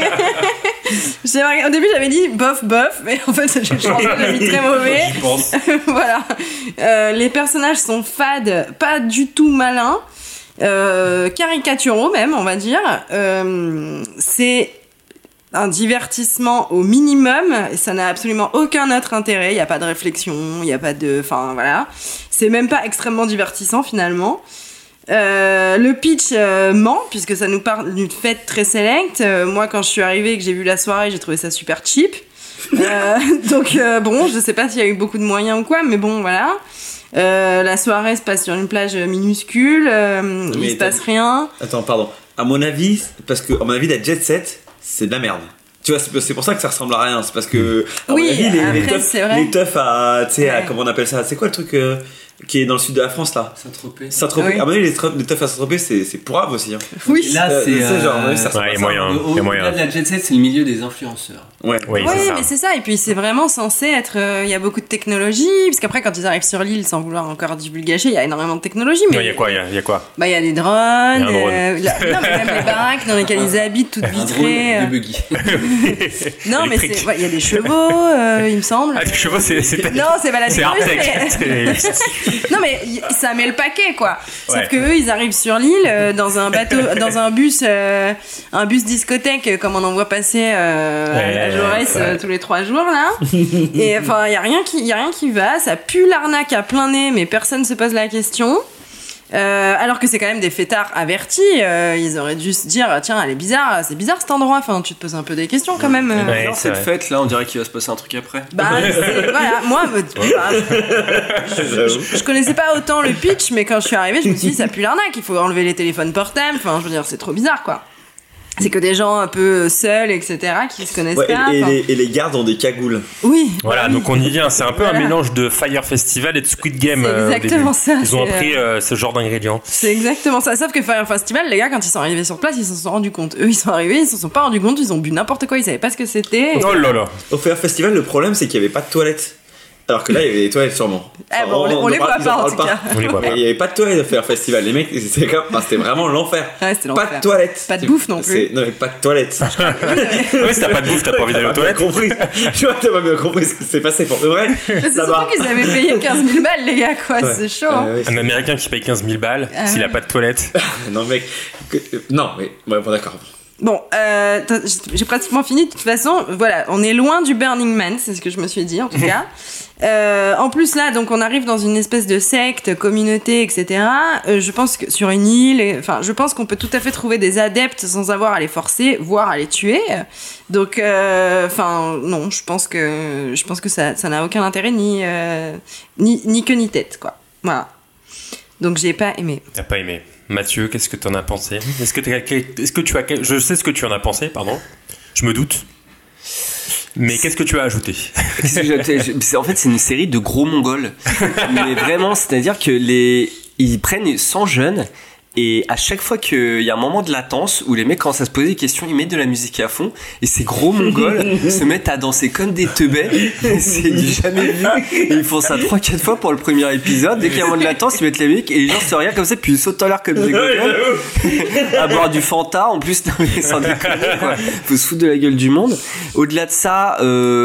Au début j'avais dit bof bof, mais en fait j'ai changé, j'ai mis très mauvais. Je pense. Voilà. Euh, les personnages sont fades, pas du tout malins. Euh, caricaturaux même, on va dire. Euh, c'est un divertissement au minimum et ça n'a absolument aucun autre intérêt. Il n'y a pas de réflexion, il n'y a pas de... Enfin, voilà. C'est même pas extrêmement divertissant, finalement. Euh, le pitch euh, ment, puisque ça nous parle d'une fête très select. Euh, moi, quand je suis arrivée et que j'ai vu la soirée, j'ai trouvé ça super cheap. Euh, donc euh, bon, je sais pas s'il y a eu beaucoup de moyens ou quoi, mais bon, voilà. Euh, la soirée se passe sur une plage minuscule, euh, il se passe rien. Attends, pardon. À mon avis, parce que à mon avis, la jet set, c'est de la merde. Tu vois, c'est, c'est pour ça que ça ressemble à rien. C'est parce que à oui, mon avis, les, après, les teufs, c'est vrai. les teufs à, tu sais, Ouais. à, comment on appelle ça ? C'est quoi le truc euh, qui est dans le sud de la France là ? Saint-Tropez. Saint-Tropez. Oui. À mon avis, les, tre- les teufs à Saint-Tropez, c'est, c'est pourrave aussi. Hein. Oui. Là, Euh, c'est. c'est genre, ouais, ça euh, ressemble Ouais, à il y a ça. moyen. au- Il y a au- moyen. Au-delà de la jet set, c'est le milieu des influenceurs. Ouais. Oui, Oui, c'est ça. mais c'est ça. Et puis c'est vraiment censé être. Il euh, y a beaucoup de technologie, parce qu'après quand ils arrivent sur l'île, sans vouloir encore divulgacher, il y a énormément de technologie. Mais Il y a quoi Il y a- il y a quoi bah il y a des drones. Il y a un drone. euh, la- non, mais même les baraques dans lesquelles ils habitent, toutes Un drone vitrées. de euh. buggy. Non, mais Électrique. c'est. ouais, il y a des chevaux, euh, il me semble. Ah, les chevaux, c'est. c'est... Non, c'est pas la C'est technologie, hard-tech. mais- C'est- Non mais y- ça met le paquet quoi. Sauf Ouais. que eux ils arrivent sur l'île euh, dans un bateau, dans un bus, euh, un bus discothèque euh, comme on en voit passer euh, Ouais, à Jaurès ouais. euh, tous les trois jours là. Et enfin y a rien qui, y a rien qui va. Ça pue l'arnaque à plein nez, mais personne se pose la question. Euh, alors que c'est quand même des fêtards avertis, euh, ils auraient dû se dire tiens elle est bizarre, c'est bizarre cet endroit. Enfin tu te poses un peu des questions quand même. euh. Ouais, Genre c'est cette vrai. fête là, on dirait qu'il va se passer un truc après. Bah, c'est- voilà, moi, euh, bah, je, je- je connaissais pas autant le pitch, mais quand je suis arrivée, je me suis dit, ça pue l'arnaque, il faut enlever les téléphones portables, enfin, je veux dire, c'est trop bizarre, quoi. C'est que des gens un peu seuls, et cetera, qui se connaissent Ouais, pas. et, et enfin. les, et les gardes ont des cagoules. Oui. Voilà, bah oui. donc on y vient. C'est un peu Voilà. un mélange de Fire Festival et de Squid Game. C'est euh, au exactement début. ça, Ils ont c'est, appris euh, ce genre d'ingrédients. C'est exactement ça. Sauf que Fire Festival, les gars, quand ils sont arrivés sur place, ils se sont rendus compte. Eux, ils sont arrivés, ils se sont pas rendus compte, ils ont bu n'importe quoi, ils savaient pas ce que c'était. Oh là là. Au Fire Festival, le problème, c'est qu'il n'y avait pas de toilettes. Alors que là, il y avait des toilettes sûrement. Ah bon, on les- on les en parle- voit ils pas, en parlent tout cas. On les voit Mais pas. il n'y avait pas de toilettes au Fire Festival. Les mecs, c'était, comme- enfin, c'était vraiment l'enfer. Ouais, c'était Pas l'enfer. de toilettes. Pas de bouffe non plus. C'est- Non, mais pas de toilettes. Ouais, si t'as pas de bouffe, t'as pas envie d'aller aux T'as pas toilettes. bien compris. Je vois que t'as pas bien compris ce qui s'est passé pour de vrai. Mais c'est Là-bas. surtout qu'ils avaient payé quinze mille balles, les gars, quoi. Ouais. C'est chaud. hein. Euh, ouais, Un Américain qui paye quinze mille balles Ah s'il a ouais. pas de toilette. Non, mec. que- euh, Non, mais. Ouais, bon, d'accord. Bon, euh, t'as- j'ai pratiquement fini. De toute façon, voilà, on est loin du Burning Man, c'est ce que je me suis dit en tout cas. Euh, en plus là, donc on arrive dans une espèce de secte, communauté, et cetera. Euh, je pense que sur une île, et- enfin, je pense qu'on peut tout à fait trouver des adeptes sans avoir à les forcer, voire à les tuer. Donc, euh, enfin, non, je pense que je pense que ça, ça n'a aucun intérêt ni euh, ni ni queue ni tête, quoi. Voilà. Donc j'ai pas aimé. T'as pas aimé. Mathieu, qu'est-ce que t'en as pensé ? Est-ce que, t'as- est-ce que tu as. Je sais ce que tu en as pensé, pardon. Je me doute. Mais qu'est-ce que tu as ajouté ? Qu'est-ce que j'ai- je- c'est- En fait, c'est une série de gros mongols. Mais vraiment, c'est-à-dire que les ils prennent cent jeunes et à chaque fois qu'il y a un moment de latence où les mecs commencent à se poser des questions, ils mettent de la musique à fond et ces gros mongols se mettent à danser comme des teubés. C'est du jamais vu. Et ils font ça trois quatre fois pour le premier épisode. Dès qu'il y a un moment de latence, ils mettent la musique et les gens se regardent comme ça puis ils sautent en l'air comme des gogoles à boire du Fanta en plus. Non, mais sans déconner, quoi. Faut se foutre de la gueule du monde. Au-delà de ça,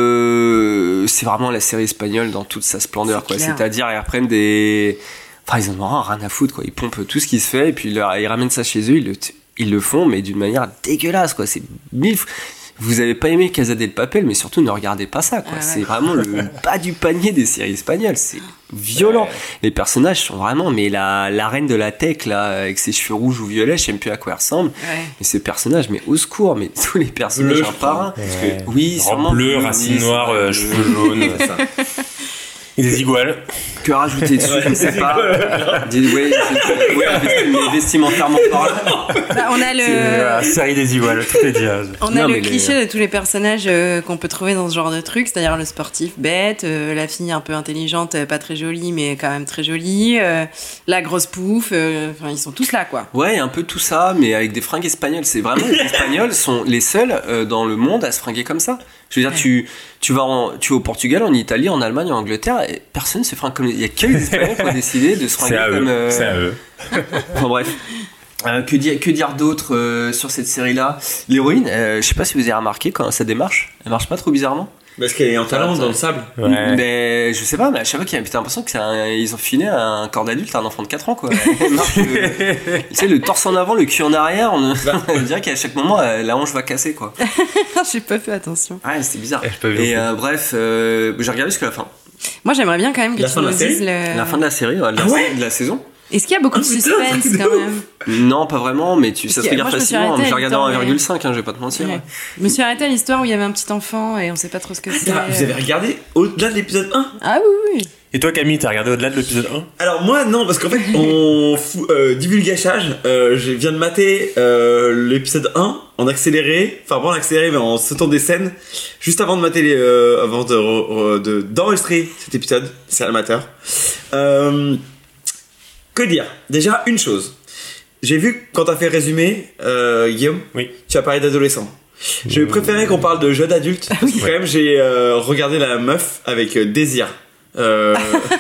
euh, c'est vraiment la série espagnole dans toute sa splendeur, quoi. clair. C'est-à-dire, ils reprennent des, enfin, ils en ont rien à foutre, quoi. Ils pompent tout ce qui se fait et puis ils, leur- ils ramènent ça chez eux. Ils le, ils le font, mais d'une manière dégueulasse, quoi. C'est mille. Vous avez pas aimé Casa del Papel, mais surtout ne regardez pas ça, quoi. Ah ouais. C'est vraiment le bas du panier des séries espagnoles. C'est violent. Ouais. Les personnages sont vraiment, mais la, la reine de la tech, là, avec ses cheveux rouges ou violets, je sais même plus à quoi elle ressemble. Ouais. Mais ces personnages, mais au secours, mais tous les personnages Bleu, un je par un. crois. Ouais. Oui, Robe sûrement. bleue, oui, racines c'est noires, vrai. euh, cheveux jaunes. C'est ça. Et des iguales. Que rajouter dessus, je ne sais pas. Dis- ouais, c'est- ouais, vesti- mais vestimentairement parlant. Bah, on a le. C'est la série des iguales, tout est dit. hein. On a Non, le mais les- cliché de tous les personnages euh, qu'on peut trouver dans ce genre de truc, c'est-à-dire le sportif bête, euh, la fille un peu intelligente, euh, pas très jolie, mais quand même très jolie, euh, la grosse pouffe, euh, enfin ils sont tous là quoi. Ouais, un peu tout ça, mais avec des fringues espagnoles. C'est vraiment, les Espagnols sont les seuls euh, dans le monde à se fringuer comme ça. Je veux dire, Ouais. tu, tu, vas en, tu vas au Portugal, en Italie, en Allemagne, en Angleterre, et personne se fringue comme. Il y a que les Espagnols qui ont décidé de se fringuer C'est à comme. eux. euh, C'est à eux. Enfin bref. Euh, que dire, que dire d'autre euh, sur cette série-là ? L'héroïne, euh, je sais pas si vous avez remarqué quand ça démarche, elle marche pas trop bizarrement. Parce qu'elle est en talent Ça, dans le sable. Ouais. Mais je sais pas, mais à chaque fois qu'il y a t'as l'impression qu'ils ont filé un corps d'adulte à un enfant de quatre ans quoi. Elle marche, euh, tu sais, le torse en avant, le cul en arrière, on, on dirait qu'à chaque moment euh, la hanche va casser quoi. J'ai pas fait attention. Ouais, c'était bizarre. Eh, j'ai pas vu non Et plus. euh, bref, euh, j'ai regardé jusqu'à la fin. Moi j'aimerais bien quand même que La tu fin de nous la série dises le. La fin de la série, ouais, de, la, Ah ouais de la saison. Est-ce qu'il y a beaucoup de suspense quand même? Non, pas vraiment, mais tu, ça se regarde facilement. J'ai regardé en un virgule cinq, hein, je vais pas te mentir. Ouais. Je me suis arrêtée à l'histoire où il y avait un petit enfant et on sait pas trop ce que c'est. Vous avez regardé au-delà de l'épisode un? Ah oui, oui. Et toi, Camille, t'as regardé au-delà de l'épisode un? Alors moi, non, parce qu'en fait, on fout euh, divulgachage. Euh, je viens de mater euh, l'épisode un en accéléré, enfin pas en accéléré, mais en sautant des scènes, juste avant de mater les, euh, avant de, de d'enregistrer cet épisode. C'est amateur. Euh, que dire? Déjà, une chose. J'ai vu quand t'as fait résumé, euh, Guillaume, oui. Tu as parlé d'adolescent. Je préférais qu'on parle de jeunes adultes. Parce que quand même, j'ai euh, regardé la meuf avec euh, désir. Euh...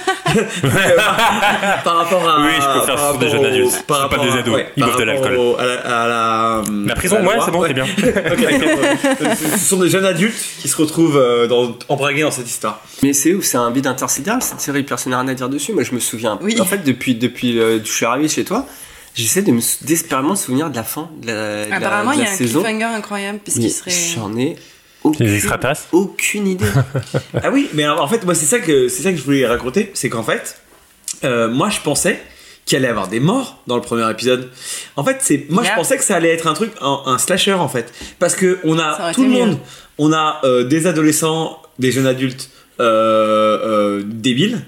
par rapport à oui, je peux faire sur des jeunes adultes, par rapport pas des ados, ouais, ils boivent de l'alcool. Au, à la, à la, la prison, ouais, c'est bon, ouais. C'est bien. Okay. Ce sont des jeunes adultes qui se retrouvent dans, embragués dans cette histoire. Mais c'est où? C'est un bide intersidéral cette série, personne n'a rien à dire dessus. Moi je me souviens. Oui. En fait, depuis, depuis euh, je suis arrivé chez toi, j'essaie de me désespérément me souvenir de la fin de la, de apparemment, la, de la il y a un saison. cliffhanger incroyable puisqu'il serait. J'en ai. Aucune, les extraterrestres aucune idée. Ah oui, mais alors, en fait, moi, c'est ça que c'est ça que je voulais raconter, c'est qu'en fait, euh, moi, je pensais qu'il allait y avoir des morts dans le premier épisode. En fait, c'est moi, yeah. je pensais que ça allait être un truc, un, un slasher en fait, parce que on a tout le monde, mieux. on a euh, des adolescents, des jeunes adultes euh, euh, débiles,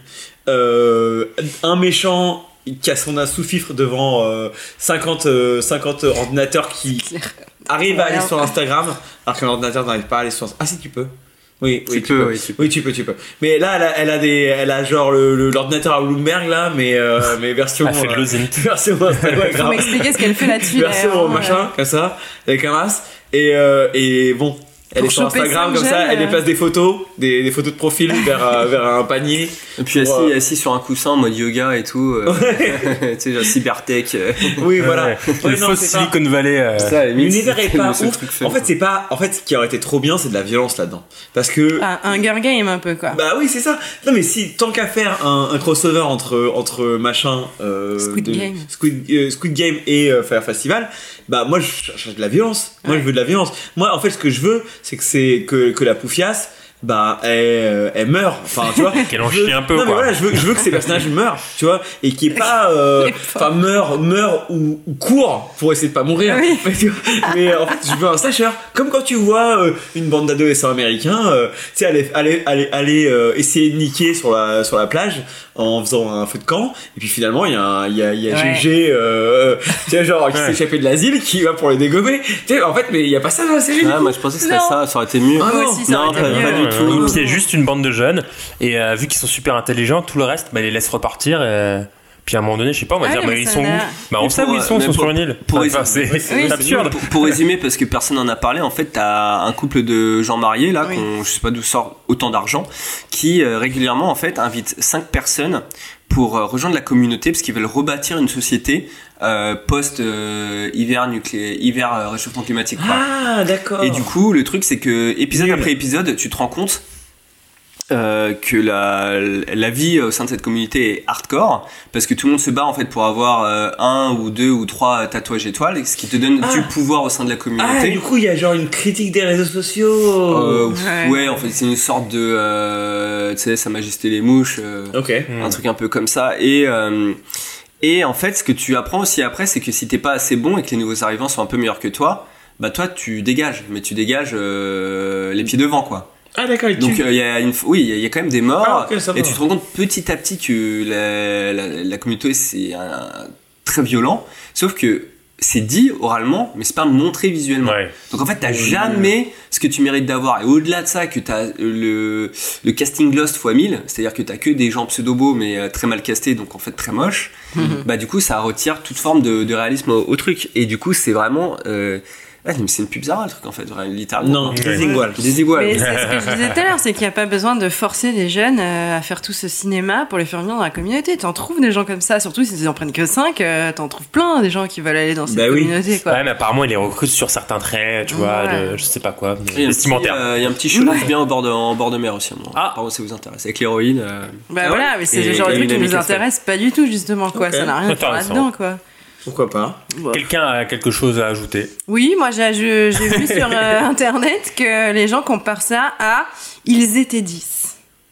euh, un méchant qui a son sous-fifre devant euh, cinquante, euh, cinquante ordinateurs qui arrive à aller sur Instagram alors qu'un ordinateur n'arrive pas à aller sur Instagram. Ah si, tu peux. Oui, oui, tu, tu peux, peux. Oui, tu peux. Oui, tu peux, tu peux. Mais là, elle a, elle a des, elle a genre le, le l'ordinateur à Bloomberg là, mais euh, mais version. Elle fait de l'osint. Euh, version Instagram. Faut m'expliquer ce qu'elle fait là-dessus. Version machin, ouais. Comme ça, avec un masque. Et euh, et bon. Elle est sur Instagram comme ça, elle déplace des photos, des, des photos de profil vers, euh, vers un panier. Et puis assis, euh... assis sur un coussin en mode yoga et tout. Euh, tu sais, genre cybertech. Euh. Oui, voilà. Ouais, le faux Silicon Valley. Euh... Ça, l'univers est pas ouf. En fait, c'est pas. En fait, ce qui aurait été trop bien, c'est de la violence là-dedans. Parce que. Ah, un girl game un peu quoi. Bah oui, c'est ça. Non, mais si tant qu'à faire un, un crossover entre entre machin. Euh, Squid de, Game. Squid, euh, Squid Game et euh, Fire Festival. Bah moi, je cherche de la violence. Moi, ouais. je veux de la violence. Moi, en fait, ce que je veux, c'est que c'est que que la poufiasse, bah elle, elle meurt, enfin tu vois, qu'elle en chie un peu, non, quoi. mais voilà, je veux je veux que ces personnages meurent, tu vois, et qui est pas enfin euh, meurt meurt ou, ou court pour essayer de pas mourir, oui. mais, tu vois, mais en fait je veux un slasher, comme quand tu vois euh, une bande d'adolescents américains euh, tu sais aller aller aller, aller euh, essayer de niquer sur la sur la plage en faisant un feu de camp, et puis finalement il y a il y a il y a ouais. G G euh, tu sais genre qui ouais. s'est échappé de l'asile qui va pour les dégommer, tu sais en fait, mais il y a pas ça dans la série. Ah, moi je pensais que c'était ça, ça aurait été mieux. Ah, non, aussi, ça non, aurait pas, été pas mieux. du tout. C'est juste une bande de jeunes, et euh, vu qu'ils sont super intelligents, tout le reste, bah, ils les laissent repartir. Et... Puis à un moment donné, je sais pas, on va ah dire, oui, mais ils sont où? Bah on sait où ils sont, ils sont pour, sur une île. Pour enfin, c'est, oui, c'est oui, absurde. Pour, pour résumer, parce que personne n'en a parlé, en fait, t'as un couple de gens mariés là, oui. qu'on, je sais pas d'où sort autant d'argent, qui euh, régulièrement en fait invitent cinq personnes pour euh, rejoindre la communauté parce qu'ils veulent rebâtir une société euh, post euh, hiver nucléaire, hiver euh, réchauffement climatique. Quoi. Ah d'accord. Et du coup, le truc c'est que épisode Nul. après épisode, tu te rends compte. Euh, que la, la vie au sein de cette communauté est hardcore parce que tout le monde se bat en fait pour avoir euh, un ou deux ou trois tatouages étoiles, ce qui te donne ah. du pouvoir au sein de la communauté. Ah, du coup il y a genre une critique des réseaux sociaux. Euh, ouais. ouais, en fait c'est une sorte de euh, tu sais, Sa Majesté les mouches, euh, okay. un mmh. truc un peu comme ça. Et euh, et en fait ce que tu apprends aussi après, c'est que si t'es pas assez bon et que les nouveaux arrivants sont un peu meilleurs que toi, bah toi tu dégages, mais tu dégages euh, les pieds devant quoi. Ah d'accord. Donc il euh, y a une, oui, il y, y a quand même des morts, ah, okay, et tu te rends compte petit à petit que la, la, la communauté c'est un, très violent, sauf que c'est dit oralement, mais c'est pas montré visuellement. Ouais. Donc en fait t'as jamais ce que tu mérites d'avoir, et au-delà de ça que t'as le, le casting Lost fois mille, c'est-à-dire que t'as que des gens pseudo-beaux mais très mal castés, donc en fait très moches. Mm-hmm. Bah du coup ça retire toute forme de, de réalisme au, au truc, et du coup c'est vraiment euh, ah, mais c'est une pub Zara le truc en fait, littéralement. Non, des iguales. Des iguales. Mais c'est ce que je disais tout à l'heure, c'est qu'il n'y a pas besoin de forcer les jeunes à faire tout ce cinéma pour les faire venir dans la communauté. T'en trouves des gens comme ça, surtout si ils en prennent que cinq, t'en trouves plein des gens qui veulent aller dans cette bah communauté. Oui. Quoi. Ouais, mais apparemment ils les recrutent sur certains traits, tu vois, ouais. de, je sais pas quoi, vestimentaire. Il euh, y a un petit show ouais. bien au bord de, en bord de mer aussi. Moi. Ah, pardon, ça vous intéresse. Avec l'héroïne. Euh... Bah ah, voilà, mais c'est le genre de truc qui nous intéresse pas du tout, justement, quoi. Okay. Ça n'a rien à faire là-dedans, quoi. Pourquoi pas? Bon. Quelqu'un a quelque chose à ajouter? Oui, moi j'ai, j'ai vu sur euh, internet que les gens comparent ça à Ils étaient dix.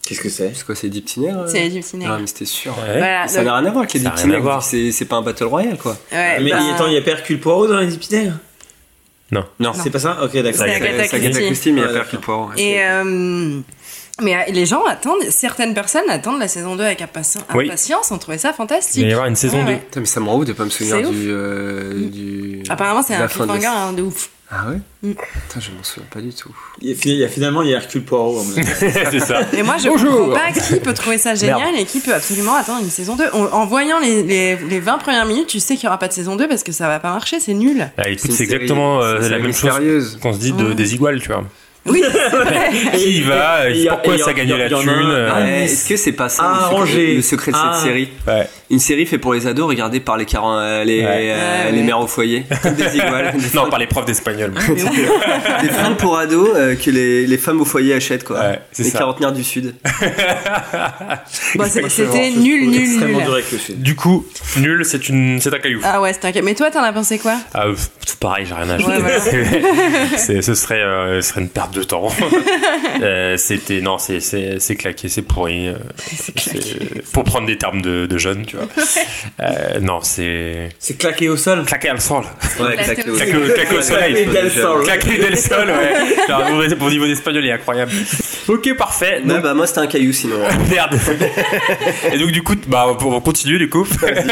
Qu'est-ce que c'est? C'est quoi, c'est les dix petits nègres? C'est les dix petits nègres. Ah, mais c'était sûr. Ouais. Voilà, Ça n'a donc- rien à voir avec les Ça dix a petits rien à nègres. voir. C'est, c'est pas un Battle Royale, quoi. Ouais, Mais bah, attends, il y a pas Hercule Poirot dans les dix petits nègres? Non. Non. C'est pas ça? Ok, d'accord. C'est Agatha C'est Agatha Christie. Christie, mais il y a Ouais, pas Hercule Poirot. Et euh, mais euh, les gens attendent, certaines personnes attendent la saison deux avec impati- Oui. impatience, on trouvait ça Il fantastique. va y avoir une saison Ouais, deux. ouais. Putain, mais ça me rend ouf de pas me souvenir C'est ouf. du, euh, du. Apparemment, c'est de la un fin de- cliffhanger hein, de ouf. Ah ouais? Mm. Putain, je m'en souviens pas du tout. Il y a, il y a finalement, il y a Hercule Poirot. à mon avis. C'est ça. Et moi, je Bonjour. comprends pas qui peut trouver ça génial et qui peut absolument attendre une saison deux. En, en voyant les, les, les vingt premières minutes, tu sais qu'il y aura pas de saison deux parce que ça va pas marcher, c'est nul. Ah, écoute, une c'est série- exactement euh, c'est une la série même chose mystérieuse. qu'on se dit de, Ouais. des iguales, tu vois. Oui. Qui y va, Il y a- pourquoi il y a- ça gagne il y a- la il y en a thune. un- euh, Ah, Ouais, est-ce que c'est pas ça Ah, le, secret, Angers. le secret de Ah. cette série? Ouais. Une série faite pour les ados, regardée par les, quarante, euh, les, Ouais. euh, Ouais, les ouais. mères au foyer. Comme des iguales. Des, Non, par les profs d'espagnol. des fringues pour ados euh, que les, les femmes au foyer achètent, quoi. Ouais, c'est les ça. quarantenaires du Sud. Bon, c'est- c'était nul, nul, Extrêmement nul. dur avec le Sud. Du coup, nul, c'est une, c'est un caillou. Ah ouais, c'était un... Mais toi, t'en as pensé quoi? Ah, euh, tout pareil, j'ai rien à ajouter. Ouais, voilà. C'est- ce serait, euh, ce serait une perte de temps. Euh, c'était, non, c'est, c'est, c'est claqué, c'est pourri. euh, c'est- pour prendre des termes de, de jeunes, tu vois. Euh, non, c'est C'est claqué au sol. claqué al sol. Ouais, Claqué claqué au au Claqué, sol. au- claqué au soleil. Claqué del sol. Claqué del sol, ouais. Alors, mon- mon niveau d'espagnol est incroyable. Ok, parfait. Ouais, Donc, bah moi c'était un caillou sinon. merde. Et donc du coup, t- bah, on va continuer du coup.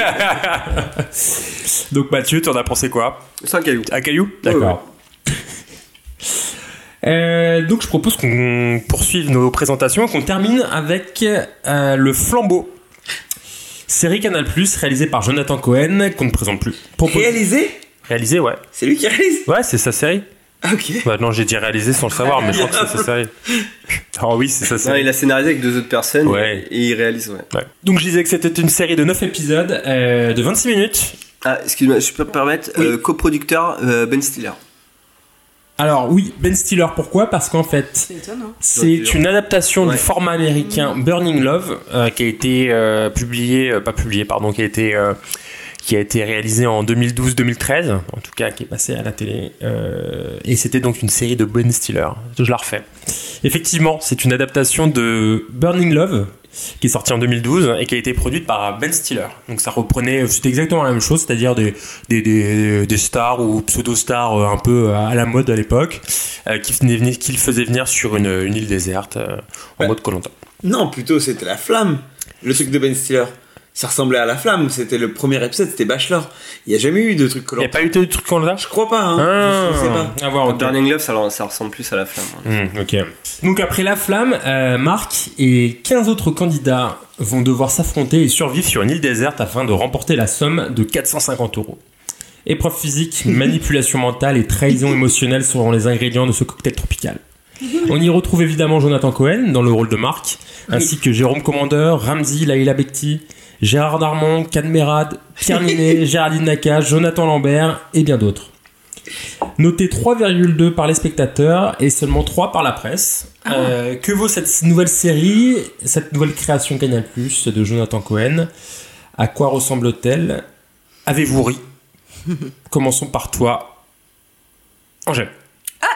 Donc Mathieu, tu en as pensé quoi? C'est un caillou. Un caillou? D'accord. Euh, donc je propose qu'on poursuive nos présentations, qu'on termine avec euh, Le Flambeau. Série Canal+, réalisée par Jonathan Cohen, qu'on ne présente plus. Propos- Réalisé? Réalisé, ouais. C'est lui qui réalise? Ouais, c'est sa série. Ah, ok. Bah non, j'ai dit réalisé sans le savoir, mais je crois que c'est sa série. Oh oui, c'est sa Non, série. il a scénarisé avec deux autres personnes Ouais. et il réalise, ouais. Ouais. Donc je disais que c'était une série de neuf épisodes euh, de vingt-six minutes. Ah, excuse-moi, je peux me permettre, Oui. euh, coproducteur euh, Ben Stiller. Alors oui, Ben Stiller, pourquoi? Parce qu'en fait, C'est étonnant. c'est une adaptation Ouais. du format américain Burning Love euh, qui a été euh, publié, euh, pas publié, pardon, qui a été euh, qui a été réalisé en deux mille douze deux mille treize, en tout cas qui est passé à la télé, euh, et c'était donc une série de Ben Stiller. Je la refais. Effectivement, c'est une adaptation de Burning Love qui est sortie en deux mille douze et qui a été produite par Ben Stiller. Donc ça reprenait, c'était exactement la même chose, c'est-à-dire des, des, des, des stars ou pseudo-stars euh, un peu à la mode à l'époque, euh, qui, venaient venir- qui le faisaient venir sur une, une île déserte euh, en Ouais. mode Koh-Lanta. Non, plutôt c'était La Flamme. Le truc de Ben Stiller. Ça ressemblait à La Flamme. C'était le premier épisode, c'était Bachelor. Il n'y a jamais eu de truc Il n'y a Koh-Lanta. pas eu de truc Koh-Lanta? Je crois pas, hein. Ah, Je sais pas. à voir, ok. Burning Love, ça, ça ressemble plus à La Flamme. hein. Hmm, ok. Donc après La Flamme, euh, Marc et quinze autres candidats vont devoir s'affronter et survivre sur une île déserte afin de remporter la somme de quatre cent cinquante euros. Épreuve physique, manipulation mentale et trahison émotionnelle seront les ingrédients de ce cocktail tropical. On y retrouve évidemment Jonathan Cohen dans le rôle de Marc, ainsi que Jérôme Commandeur, Ramzi Laïla Bekti, Gérard Darmon, Cadmerade, Pierre Ninet, Géraldine Nakache, Jonathan Lambert et bien d'autres. Noté trois virgule deux par les spectateurs et seulement trois par la presse. Euh, que vaut cette nouvelle série, cette nouvelle création Canal+, de Jonathan Cohen? À quoi ressemble-t-elle? Avez-vous ri? Commençons par toi, Angèle. Ah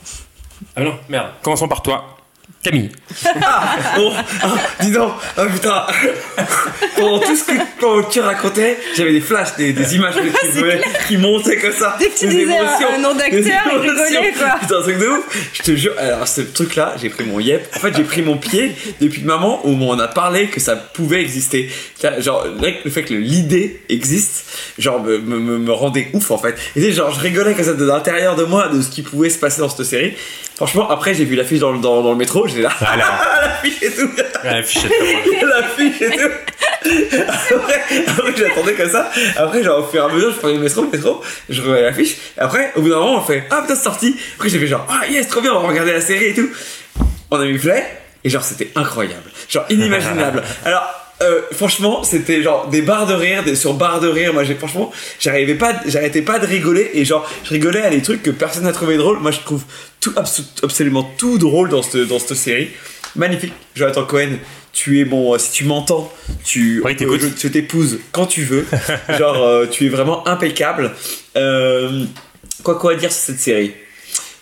Ah non, merde. Commençons par toi, Camille. Ah, oh, ah, dis donc, oh putain. Pendant tout ce que pendant que tu racontais, j'avais des flashs, des, des images qui, venaient- qui montaient comme ça. Dès que tu des disais un- émotions, un nom d'acteur, des il émotions. rigolait, quoi. Putain, un truc de ouf. Je te jure, alors ce truc-là, j'ai pris mon yep. En fait, j'ai pris mon pied depuis le moment où on a parlé que ça pouvait exister. Genre, le fait que l'idée existe, genre, me, me, me rendait ouf en fait. Et tu sais, genre, je rigolais comme ça de l'intérieur de moi de ce qui pouvait se passer dans cette série. Franchement, après, j'ai vu l'affiche dans, le- dans, dans le métro, j'étais là. Alors. L'affiche et tout. La fichette de L'affiche et tout. Après, après j'attendais comme ça. Après, genre, au fur et à mesure, je prenais le métro, le métro, je regardais l'affiche. Et après, au bout d'un moment, on fait ah putain, c'est sorti. Après, j'ai fait genre ah yes, trop bien, on va regarder la série et tout. On a mis play et genre, c'était incroyable. Genre, inimaginable. Alors. Euh, franchement, c'était genre des barres de rire, des sur barres de rire. Moi, j'ai franchement, j'arrivais pas, j'arrêtais pas de rigoler et genre, je rigolais à des trucs que personne n'a trouvé drôle. Moi, je trouve tout abso- absolument tout drôle dans cette dans cette série. Magnifique, Jonathan Cohen. Tu es bon, euh, si tu m'entends, tu, Oui, t'écoutes. euh, je, je t'épouse quand tu veux. Genre, euh, tu es vraiment impeccable. Euh, quoi quoi dire sur cette série?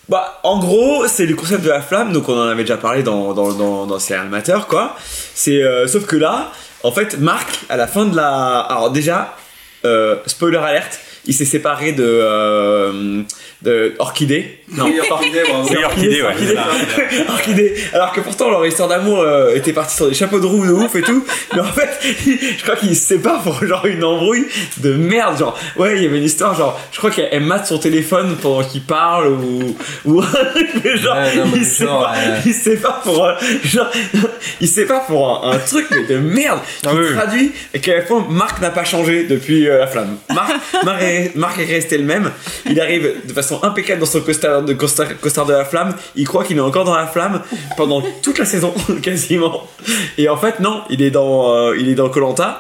Bah, en gros, c'est le concept de la flamme, donc on en avait déjà parlé dans, dans, dans, dans Serial Matter, quoi. C'est, euh, sauf que là, en fait, Mark, à la fin de la... Alors déjà, euh, spoiler alerte, il s'est séparé de, euh, de Orchidée. Non, Orchidée, bon, c'est Orchidée, ouais. Orchidée. Orchidée. Alors que pourtant, leur histoire d'amour euh, était partie sur des chapeaux de roue de ouf et tout. Mais en fait, je crois qu'ils se séparent pour genre une embrouille de merde. Genre, ouais, il y avait une histoire, genre, je crois qu'elle mate son téléphone pendant qu'il parle ou. ou mais genre, ouais, non, mais il se genre, sépare, ouais. il se sépare pour. un- Genre, il se sépare pour un, un truc mais de merde qui Ah oui. traduit et qu'à la fois, Marc n'a pas changé depuis euh, la flamme. Marc, Marc, est, Marc est resté le même. Il arrive de façon impeccable dans son costard de, costard, costard de la flamme. Il croit qu'il est encore dans la flamme pendant toute la saison, quasiment. Et en fait, non, il est dans, euh, il est dans Koh-Lanta.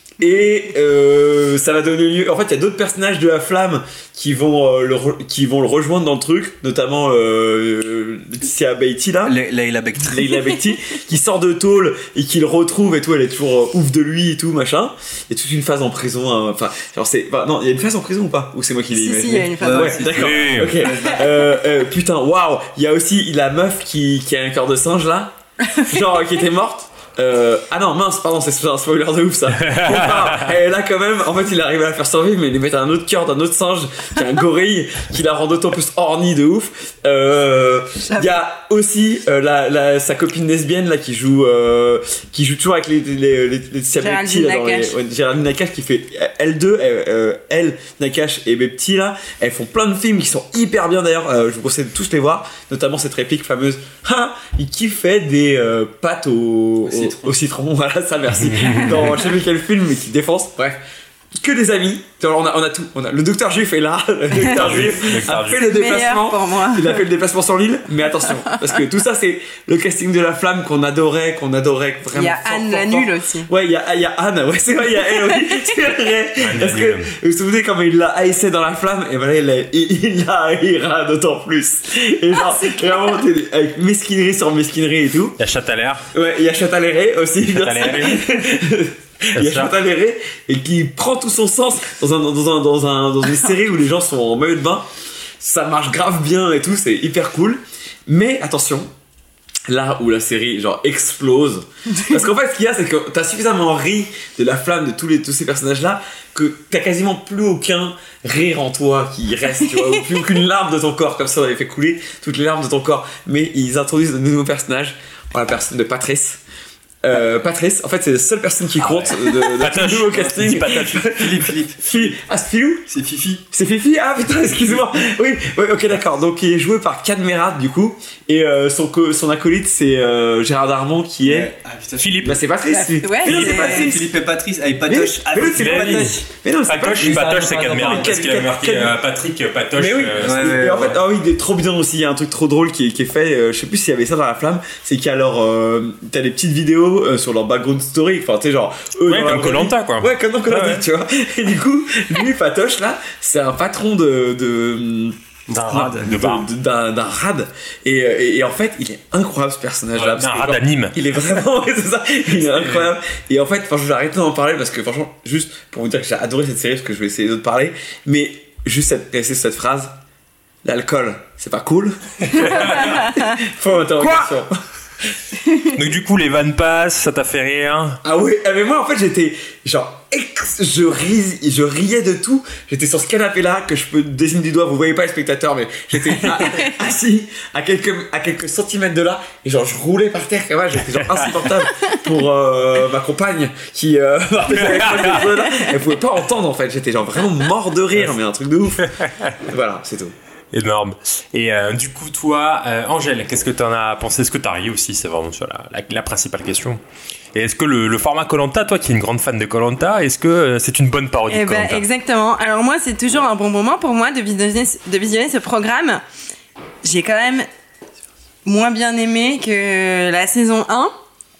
Et euh, ça va donner lieu. En fait, il y a d'autres personnages de la flamme qui vont euh, le re- qui vont le rejoindre dans le truc, notamment euh, Laetitia Beatty là, Le- Leila Bekti. Leila Bekti, qui sort de tôle et qui le retrouve et tout. Elle est toujours euh, ouf de lui et tout machin. Il y a toute une phase en prison. hein. Enfin, genre c'est. Enfin, non, il y a une phase en prison ou pas? Ou c'est moi qui l'ai Si, imaginé? si, il y a une phase Ouais, en ouais, prison. d'accord. Oui. Ok. Euh, euh, putain, waouh. Il y a aussi la meuf qui qui a un cœur de singe là, genre qui était morte. Euh, ah non, mince, pardon, c'est un spoiler de ouf ça. Et là, quand même, en fait, il arrive à la faire survivre, mais il lui met un autre cœur d'un autre singe qui est un gorille qui la rend d'autant plus horny de ouf. Euh, Il y a aussi euh, la, la, sa copine lesbienne là qui joue, euh, qui joue toujours avec les, les, les, les, les Géraldine là, dans les- Nakache. ouais, Géraldine Nakache qui fait elles deux, euh, euh, elle, Nakache et Bepti là, elles font plein de films qui sont hyper bien d'ailleurs. Euh, je vous conseille de tous les voir, notamment cette réplique fameuse. Ah, il kiffait des euh, pâtes au, au, citron. au citron. Voilà, ça merci. Dans je sais plus quel film, mais qui défonce. Bref. Que des amis. On a, on a tout. On a, le docteur Juif est là. Le docteur Juif a fait le Meilleur déplacement. pour moi. Il a fait le déplacement sur l'île. Mais attention, parce que tout ça, c'est le casting de la flamme qu'on adorait, qu'on adorait vraiment. Il y a fort, Anne fort, la fort. nulle aussi. Ouais, il y a, il y a Anne. Ouais, c'est vrai, il y a elle aussi. C'est vrai. Anne Parce la que nulle. vous vous souvenez comment il l'a haïssé dans la flamme, et voilà, il la, il, il la haïra d'autant plus. Et genre, vraiment, t'es- avec mesquinerie sur mesquinerie et tout. Il y a Châtelaire. Ouais, il y a Chataléré aussi. bien Chataléré. sûr. Il y a ça. Chataléré et qui prend tout son sens dans, un, dans, un, dans, un, dans une série où les gens sont en maillot de bain. Ça marche grave bien et tout, c'est hyper cool. Mais attention, là où la série genre explose, parce qu'en fait ce qu'il y a c'est que t'as suffisamment ri de la flamme de tous, les, tous ces personnages là que t'as quasiment plus aucun rire en toi qui reste, tu vois, ou plus aucune larme de ton corps, comme ça on avait fait couler toutes les larmes de ton corps. Mais ils introduisent de nouveaux personnages, la personne de Patrice. Euh, Patrice, en fait, c'est la seule personne qui compte de, de, de Patoche. tout le nouveau casting. Dis Patoche. Philippe, Philippe. Philippe. Ah, c'est Philou? C'est Fifi. C'est Fifi? Ah putain, excuse-moi. Oui, oui, ok, d'accord. Donc, il est joué par Cadmerade, du coup. Et euh, son, co- son acolyte, c'est euh, Gérard Darmon, qui est. Ah putain. Philippe. Bah, c'est Patrice, lui. Ouais, Mais non, c'est- c'est Patrice. Philippe et Patrice. Avec Mais, Patoche. Ah, mais non, c'est mais pas oui. Patrice. Mais non, c'est pas Patoche, Patrice. Patoche, c'est Pardon, Cadmerade. pardon, Parce qu'il a marqué Cadmerade. euh, Patrick Patoche. Mais oui. euh, Ouais, ouais, Et en ouais. fait, ah oui, il est trop bien aussi. Il y a un truc trop drôle qui est, qui est fait. euh, je sais plus s'il y avait ça dans la flamme. C'est qu'il y a leur. Euh, t'as des petites vidéos euh, sur leur background story. Enfin, tu sais, genre. Eux, Ouais, dans la comme vraie Koh-Lanta, vie. quoi. Ouais, comme dans Koh-Lanta, Ouais, ouais. tu vois. Et du coup, lui, Patoche, là, c'est un patron de. de D'un rad. De bar. de- d'un d'un rad et, euh, et, et en fait il est incroyable ce personnage là Ouais, un rad à Nîmes. il est vraiment ouais, c'est ça il est incroyable et en fait enfin je vais arrêter d'en parler parce que franchement juste pour vous dire que j'ai adoré cette série parce que je vais essayer d'autres parler mais juste cette, rester sur cette phrase l'alcool c'est pas cool faut interrogation. Donc du coup, les vannes passent, ça t'a fait rire. Ah oui, ah mais moi en fait j'étais genre ex- je, ris, je riais de tout. J'étais sur ce canapé là que je peux désigner du doigt, vous voyez pas les spectateurs mais j'étais a- assis à quelques, à quelques centimètres de là et genre je roulais par terre comme ça, j'étais genre insupportable pour euh, ma compagne qui euh, partageait avec moi cette zone-là. Elle pouvait pas entendre en fait, j'étais genre vraiment mort de rire mais un truc de ouf. Voilà, c'est tout. Énorme. Et euh, du coup, toi, euh, Angèle, qu'est-ce que t'en as pensé? Est-ce que t'as ri aussi? C'est vraiment ça la, la, la principale question. Et est-ce que le, le format Koh-Lanta, toi qui es une grande fan de Koh-Lanta, est-ce que euh, c'est une bonne parodie Eh de ben, Koh-Lanta? exactement. Alors moi, c'est toujours un bon moment pour moi de visionner, de visionner ce programme. J'ai quand même moins bien aimé que la saison un.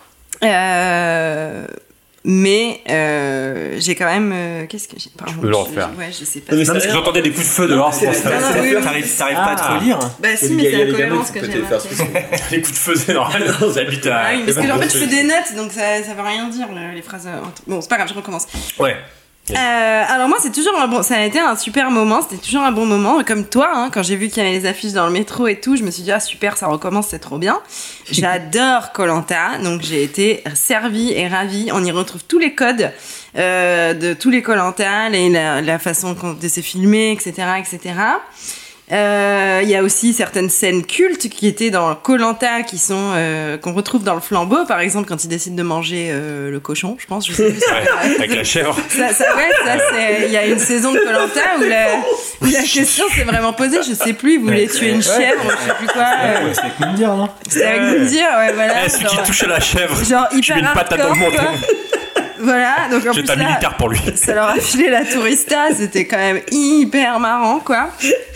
Euh... Mais euh, j'ai quand même. euh, Qu'est-ce que j'ai. Pardon, peux le je- refaire. Ouais, je sais pas. Non, mais Non, parce que j'entendais des coups de feu dehors, c'est pour ça. Non, non, oui, oui. T'arrives t'arrives pas à trop lire. Bah si, mais c'est incohérent ce que j'ai remarqué. Les coups de feu, c'est normal. On habite à. Ah oui, parce que en fait, je fais des notes, donc ça, ça veut rien dire, le- les phrases. euh, entre- Bon, c'est pas grave, je recommence. Ouais. Euh, alors moi c'est toujours un bon, ça a été un super moment, c'était toujours un bon moment comme toi hein, quand j'ai vu qu'il y avait les affiches dans le métro et tout, je me suis dit ah super ça recommence, c'est trop bien. J'adore Koh-Lanta, donc j'ai été servie et ravie. On y retrouve tous les codes euh, de tous les Koh-Lanta, la, la façon dont c'est filmé, et cetera, et cetera. Il euh, y a aussi certaines scènes cultes qui étaient dans Koh-Lanta qui sont euh, qu'on retrouve dans le flambeau, par exemple quand ils décident de manger euh, le cochon, je pense. Je sais plus. Ouais, avec la chèvre. Ça, ça ouais, ça c'est. Il y a une saison de Koh-Lanta où la, où la question s'est vraiment posée. Je sais plus, ils voulaient tuer une chèvre, ouais. Je sais plus quoi. Euh... Ouais, c'est avec Moundir, non? C'est avec Moundir, ouais, voilà. Eh, celui qui touche à la chèvre. Genre hyper je mets une patate dans le monde. Voilà, donc en J'ai plus un là, militaire pour lui. Ça leur a filé la tourista, c'était quand même hyper marrant, quoi.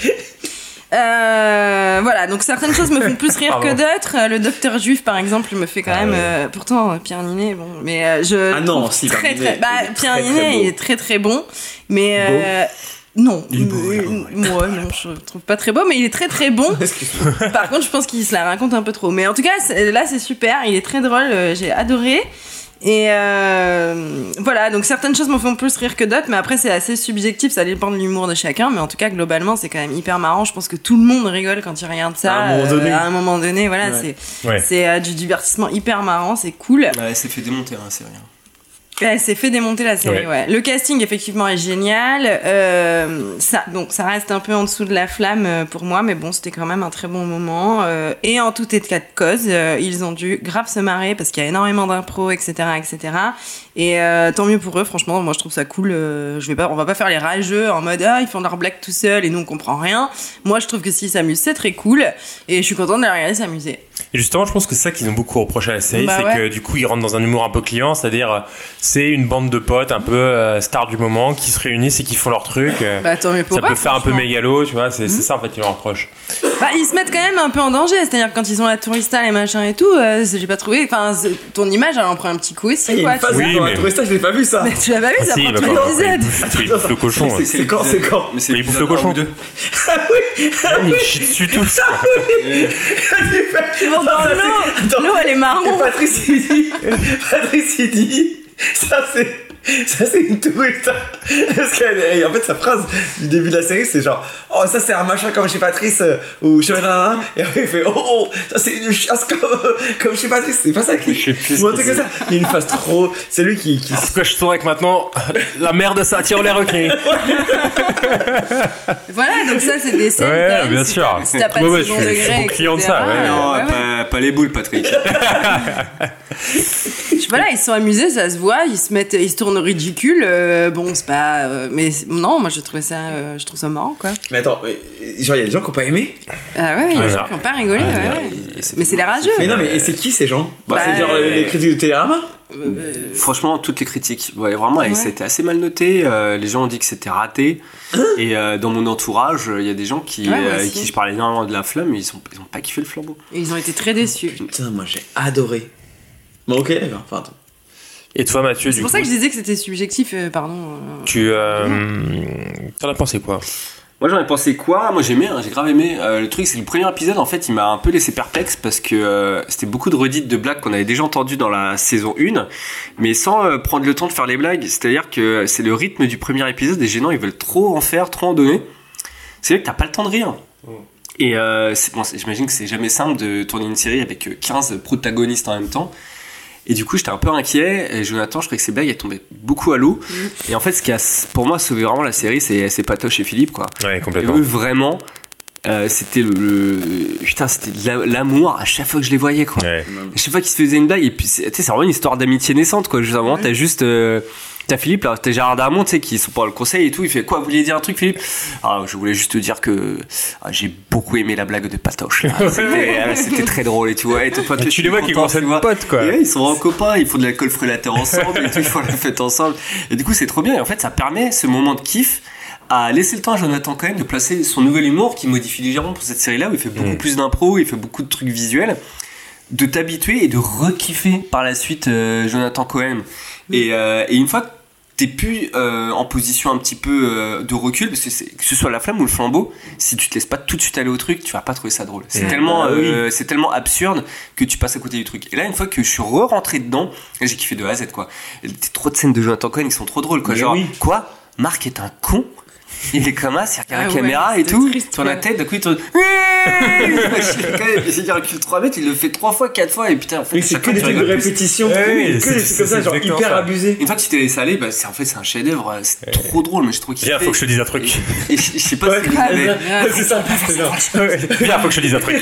Euh, voilà, donc certaines choses me font plus rire Pardon. que d'autres. Le docteur juif, par exemple, me fait quand ah même. ouais. Euh, pourtant, Pierre Ninet, bon, mais euh, je. Ah non, trouve si, très, Pierre très, bah, Ninet, il est Pierre très, Ninet, très il est très très bon, mais. Euh, non, Il est beau, il est beau, euh, moi non, je le trouve pas très beau, mais il est très très bon. Par contre, je pense qu'il se la raconte un peu trop. Mais en tout cas, c'est- là, c'est super. Il est très drôle. euh, J'ai adoré. Et euh, voilà, donc certaines choses me font plus rire que d'autres, mais après c'est assez subjectif, ça dépend de l'humour de chacun, mais en tout cas globalement c'est quand même hyper marrant. Je pense que tout le monde rigole quand il regarde ça. À un moment donné. Euh, à un moment donné, voilà, Ouais. c'est Ouais. c'est euh, du divertissement hyper marrant, c'est cool. Ouais, elle s'est fait démonter, hein, c'est rien. Elle s'est fait démonter la série, Ouais. ouais. Le casting, effectivement, est génial. Euh, ça, donc, ça reste un peu en dessous de la flamme euh, pour moi, mais bon, c'était quand même un très bon moment. Euh, et en tout état de cause, euh, ils ont dû grave se marrer parce qu'il y a énormément d'impro, et cetera, et cetera. Et euh, tant mieux pour eux, franchement, moi je trouve ça cool. Euh, je vais pas, on va pas faire les rageux en mode ah ils font leur blague tout seuls et nous on comprend rien. Moi je trouve que s'ils s'amusent, c'est très cool. Et je suis contente de les regarder s'amuser. Et justement, je pense que c'est ça qu'ils ont beaucoup reproché à la série, Bah c'est ouais. que du coup, ils rentrent dans un humour un peu client, c'est-à-dire, euh, c'est une bande de potes un peu euh, stars du moment qui se réunissent et qui font leur truc. euh, Bah tant mieux pour ça eux. peut faire un peu franchement. mégalo, tu vois, c'est Mhm. c'est ça en fait qu'ils leur reprochent. Bah, ils se mettent quand même un peu en danger, c'est-à-dire que quand ils ont la tourista, les machins et tout, euh, c'est- j'ai pas trouvé. Enfin, c'est- ton image, elle en prend un petit coup aussi, Il y a quoi. une phase tu vois. Oui, dans mais- la tourista, je l'ai pas vu ça. Mais tu l'as pas vu, ça Si, prend bah, tout quand- quand il l'épisode. bouffe- il bouffe le cochon. C'est- ouais. c'est quand, c'est quand Mais c'est Mais il bouffe le l'épisode cochon. un ou deux. Ils chient dessus tous. Ils vont dans l'eau. L'eau, elle est marron. Et Patrice il dit, Patrice il dit, ça c'est, ça c'est une tourista. Parce qu'elle est- en fait sa phrase du début de la série c'est genre, oh ça c'est un machin comme chez Patrice euh, ou chez Madame, et après il fait, oh, oh ça c'est une chasse comme, comme chez Patrice, c'est pas ça qui, Je sais plus ou un ce truc que comme ça. Il y a une phase trop, c'est lui qui, qui Ce que je sens avec maintenant, la merde ça attire les requins. Voilà, donc ça, c'est des scènes. Ouais, quand même, bien si sûr. t'as- Si t'as pas Ouais, de ouais, second je suis- je degré, suis bon client de et cetera, ça, ouais. Non, ouais, ouais. pas, pas les boules, Patrick. Je- Voilà, ils se sont amusés, ça se voit, ils se mettent, ils se tournent au ridicule. euh, bon, c'est pas, euh, mais c'est- non, moi je trouvais ça, euh, je trouve ça marrant, quoi. Mais attends, mais, genre il y a des gens qui ont pas aimé. Ah ouais, il y a Ah, des ça. gens qui ont pas rigolé, ouais, ouais. Mais c'est les rageux. Mais non, mais et c'est qui ces gens? Bah, Bah, c'est genre euh, les critiques de Télérama. Franchement, toutes les critiques. Ouais, vraiment, et Ouais. c'était assez mal noté. euh, les gens ont dit que c'était raté. Et euh, dans mon entourage, il y a des gens qui, Ouais, moi euh, aussi. qui je parlais énormément de la flamme, mais ils ont, ils ont pas kiffé le flambeau. Et ils ont été très déçus. Putain, moi j'ai adoré. Bon, ok, d'accord. Enfin, attends. Et toi, Mathieu, C'est du pour coup, ça que je disais que c'était subjectif, euh, pardon. euh. tu euh, t'en as pensé quoi? Moi j'en ai pensé quoi? Moi j'aimais, hein, j'ai grave aimé. Euh, le truc c'est que le premier épisode en fait il m'a un peu laissé perplexe parce que euh, c'était beaucoup de redites de blagues qu'on avait déjà entendues dans la saison un, mais sans euh, prendre le temps de faire les blagues. C'est-à-dire que c'est le rythme du premier épisode, est gênant, ils veulent trop en faire, trop en donner. C'est vrai que t'as pas le temps de rire. Et euh, c'est, bon, c'est- j'imagine que c'est jamais simple de tourner une série avec euh, quinze protagonistes en même temps. Et du coup, j'étais un peu inquiet. Et Jonathan, je trouvais que ses blagues elles tombaient beaucoup à l'eau. Et en fait, ce qui a, pour moi, sauvé vraiment la série, c'est, c'est Patoche et Philippe, quoi. Ouais, Et complètement. eux, vraiment, euh, c'était le, le- putain, c'était de la- l'amour à chaque fois que je les voyais, quoi. Ouais. À chaque fois qu'ils se faisaient une blague, et puis, c'est, tu sais, c'est vraiment une histoire d'amitié naissante, quoi. Juste à un moment, t'as juste, euh, t'as Philippe, là, t'as Gérard Darmon, tu sais, qui sont pour le conseil et tout. Il fait quoi? Vous vouliez dire un truc, Philippe? Ah, je voulais juste te dire que ah, j'ai beaucoup aimé la blague de Patoche. là. C'était, ah, c'était très drôle, et tu vois. Et toi, toi, Et tu les vois qui content, commencent à tu vois. être potes, quoi. Et ouais, ils sont vraiment copains, ils font de l'alcool frelateur ensemble et tout, ils font la fête ensemble. Et du coup, c'est trop bien. Et en fait, ça permet ce moment de kiff à laisser le temps à Jonathan Cohen de placer son nouvel humour qui modifie légèrement pour cette série-là où il fait beaucoup Mm. plus d'impro, il fait beaucoup de trucs visuels, de t'habituer et de re-kiffer par la suite euh, Jonathan Cohen. Et, euh, et une fois que t'es plus euh, en position un petit peu euh, de recul, parce que c'est, que ce soit la flamme ou le flambeau, si tu te laisses pas tout de suite aller au truc, tu vas pas trouver ça drôle. C'est, mmh. tellement, euh, oui. c'est tellement absurde que tu passes à côté du truc. Et là, une fois que je suis re-rentré dedans, j'ai kiffé de A à Z, quoi. Et trop de scènes de Jonathan Cohen qui sont trop drôles, quoi. Mais Genre, oui. quoi Marc est un con. Il est comme ça, il regarde ah la ouais, caméra et tout, triste, sur la tête, d'un coup il tourne. Il recule trois mètres, il le fait trois fois, quatre fois, et putain, en fait, oui, c'est que des trucs de répétition, ouais, que des trucs comme ça, genre hyper ça. abusé. Une fois que tu t'es laissé aller, bah, c'est, en fait, c'est un chef-d'œuvre, c'est ouais. trop drôle, mais je trouve qu'il Viens, faut que je te dise un truc. Et, et, je sais pas ouais, si vous avez. C'est ça, c'est genre. Viens, faut que je te dise un truc.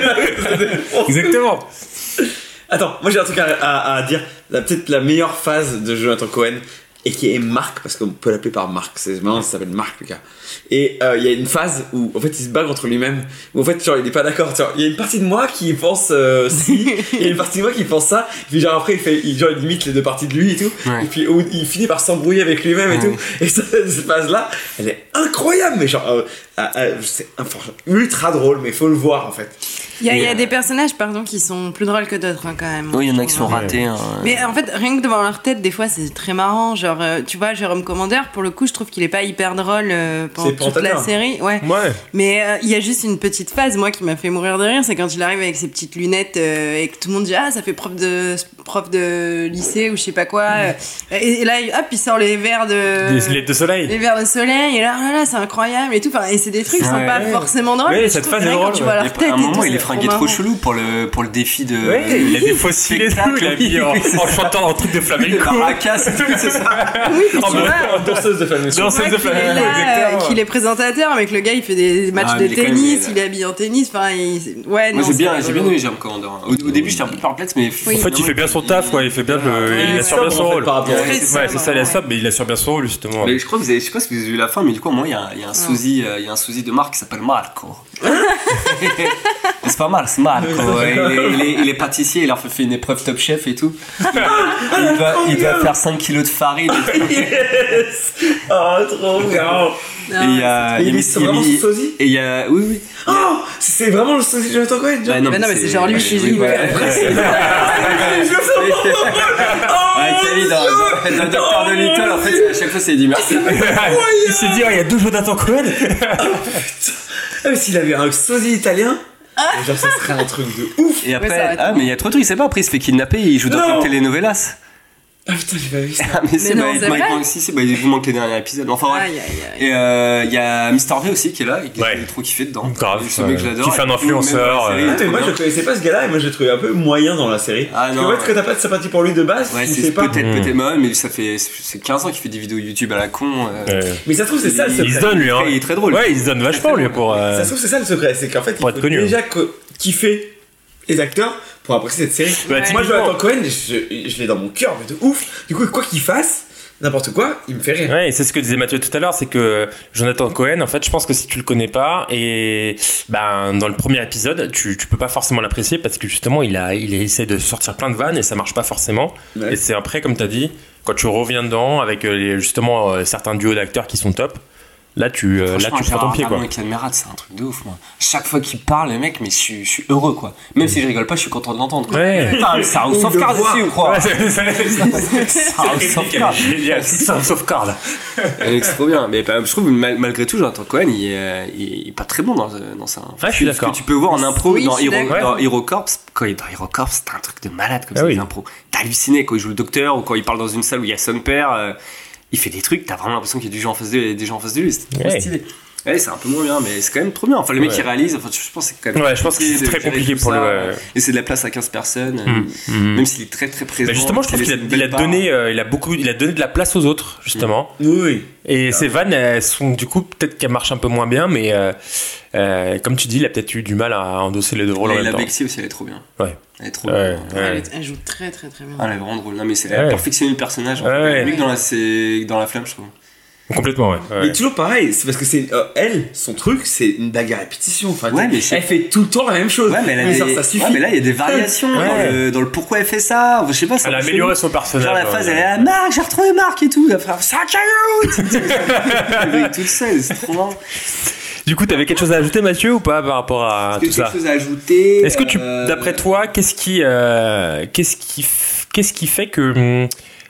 Exactement. Attends, moi j'ai un truc à, à, à dire, la, peut-être la meilleure phase de Jonathan Cohen. Et qui est Marc, parce qu'on peut l'appeler par Marc, c'est, maintenant ça s'appelle Marc le gars. Et il euh, y a une phase où en fait il se bat contre lui-même, où en fait genre il est pas d'accord. Il y a une partie de moi qui pense euh, si, il y a une partie de moi qui pense ça, et puis genre après il fait, il, genre, il limite les deux parties de lui et tout, ouais. et puis où, il finit par s'embrouiller avec lui-même et ouais. tout. Et ça, cette phase-là, elle est incroyable, mais genre euh, euh, euh, c'est enfin, ultra drôle, mais faut le voir en fait. Il y a, il y a des personnages, pardon, qui sont plus drôles que d'autres, hein, quand même. Oui, il y en a qui sont ratés. Hein. Mais en fait, rien que devant leur tête, des fois, c'est très marrant. Genre, euh, tu vois, Jérôme Commandeur, pour le coup, je trouve qu'il est pas hyper drôle euh, pendant toute la série. Ouais. ouais. Mais euh, il y a juste une petite phase, moi, qui m'a fait mourir de rire. C'est quand il arrive avec ses petites lunettes euh, et que tout le monde dit, ah, ça fait prof de, prof de lycée ou je sais pas quoi. Mmh. Et, et là, hop, il sort les verres de. Les lunettes de soleil. Les verres de soleil. Et là, oh là, là, c'est incroyable et tout. Enfin, et c'est des trucs qui ouais. sont pas forcément drôles. Oui, cette phase est drôle. Tu vois leur tête. À un moment, il est fringué trop chelou pour le, pour le défi de. Ouais, euh, il a des fossiles et tout, il a mis en, en chantant un truc de flamenco. Maracas, c'est tout, c'est ça. Oui, tu vois. Danseuse de flamenco. Danseuse de flamenco, exactement. Qu'il est présentateur, mais que le gars, il fait des matchs ah, de tennis, il est habillé en tennis, enfin, il... ouais, moi, non. j'ai bien, j'ai bien aimé Jérôme Commandeur. Au, au début, j'étais un peu perplexe, mais. Oui. En fait, il fait bien son taf, quoi, il fait bien le. Il assure bien son rôle. Ouais, c'est ça, il assure, mais il assure bien son rôle, justement. Mais je crois que vous avez, je sais pas si vous avez vu la fin, mais du coup, moi, il y a un sosie, il y a un sosie de Marc qui s'appelle Marco. C'est pas mal, c'est Marco. Il est, il est pâtissier, il leur fait une épreuve Top Chef et tout. Il doit, il doit faire cinq kilos de farine. Yes. Oh, trop bien. Et il y a. Il est vraiment son sosie. Et il y a. Oui, oui. Oh, c'est vraiment le sosie de Jonathan Cohen. Bah non, mais, mais non, mais c'est genre lui chez lui. Kevin, dans le Docteur de Little, en fait, à chaque fois, c'est dit merci. Il s'est dit, il y a deux Jonathan Cohen. Ah, mais s'il avait un sosie italien. Ah. Genre ça serait un truc de ouf. Et après, ouais, ah mais il y a trop de trucs, il sait pas, après il se fait kidnapper et il joue dans une telenovelas. Ah putain, j'ai pas vu ça. Ah mais, mais c'est, non, bah, c'est il manque, si, si, bah, il vous manque les derniers épisodes. Enfin bref. Aïe, aïe, aïe. Et il euh, y a Mister V aussi qui est là, et qui ouais. a trop kiffé dedans. Grave, ce mec que j'adore. Qui fait un influenceur. Euh... Ah, mais moi je connaissais pas ce gars-là et moi je l'ai trouvé un peu moyen dans la série. Ah non. Parce que t'as pas de sympathie pour lui de base. Ouais, c'est peut-être, peut-être mal, mais ça fait c'est quinze ans qu'il fait des vidéos YouTube à la con. Mais ça se trouve c'est ça le secret. Il se donne lui, hein. Il est très drôle. Ouais, il se donne vachement lui pour. Ça se trouve c'est ça le secret, c'est qu'en fait il faut déjà kiffer les acteurs pour apprécier cette série. Ouais. Moi, je vois Jonathan Cohen, je, je l'ai dans mon cœur, mais de ouf. Du coup, quoi qu'il fasse, n'importe quoi, il me fait rire. Ouais, et c'est ce que disait Mathieu tout à l'heure, c'est que Jonathan Cohen, en fait, je pense que si tu le connais pas, et ben dans le premier épisode, tu tu peux pas forcément l'apprécier parce que justement, il a il essaie de sortir plein de vannes et ça marche pas forcément. Ouais. Et c'est après, comme t'as dit, quand tu reviens dedans avec les, justement euh, certains duos d'acteurs qui sont top. Là, tu, euh, là, tu prends ton pied, quoi. Avec Admiral, c'est un truc de ouf, moi. Chaque fois qu'il parle, les mecs, mais je suis, je suis heureux, quoi. Même si je rigole pas, je suis content de l'entendre, quoi. Ouais. Putain, ça House of Cards ici, ou quoi? Ça House of Cards. Ça House of Cards. C'est trop bien. Mais je trouve, malgré tout, Jonathan Cohen, il est, il est pas très bon dans, dans ça. Enfin, ouais, je suis d'accord. Ce que tu peux voir en impro oui, dans, Hero, dans Hero Corps, quand il est dans Hero Corps, c'est un truc de malade, comme ah ça, oui. les impros. T'as halluciné quand il joue le docteur, ou quand il parle dans une salle où il y a son père. Euh, il fait des trucs, t'as vraiment l'impression qu'il y a des gens en face de, des gens en face de lui, c'est trop ouais. stylé. Ouais, c'est un peu moins bien, mais c'est quand même trop bien. Enfin, le mec ouais. qui réalise, enfin, je pense que c'est quand même. Ouais, je pense que c'est très compliqué pour ça, le. Et c'est de la place à quinze personnes, mmh. Mmh. même s'il est très très présent. Bah justement, je trouve qu'il a, il a donné, euh, il a beaucoup, il a donné de la place aux autres, justement. Mmh. Oui. Et ah. ces vannes, elles sont du coup peut-être qu'elles marchent un peu moins bien, mais euh, euh, comme tu dis, il a peut-être eu du mal à endosser les deux rôles en même temps. Et la Bexy aussi, elle est trop bien. Ouais. Elle est trop ouais, bien. Ouais. Elle, est, elle joue très très très bien. Ah, elle est vraiment drôle. Non, mais c'est elle a perfectionné le personnage. En fait. Ouais. Mieux que dans la, c'est dans la flamme, je trouve. Complètement, ouais. ouais. Mais toujours pareil, c'est parce que c'est euh, elle, son truc, c'est une bague à répétition. Enfin, ouais, mais elle fait tout le temps la même chose. Ouais, mais, elle a mais des... ça, ça suffit. Ouais, mais là, il y a des variations ouais. dans, le, dans le pourquoi elle fait ça. Je sais pas. Ça elle a amélioré son personnage. Genre la phase, ouais. elle est à Marc, j'ai retrouvé Marc et tout. Elle fait ça cailloute. Tout seul, c'est trop marrant. Du coup, t'avais quelque chose à ajouter, Mathieu, ou pas par rapport à Est-ce tout ça? Quelque chose à ajouter. Est-ce que tu, euh... d'après toi, qu'est-ce qui, euh, qu'est-ce qui, qu'est-ce qui fait que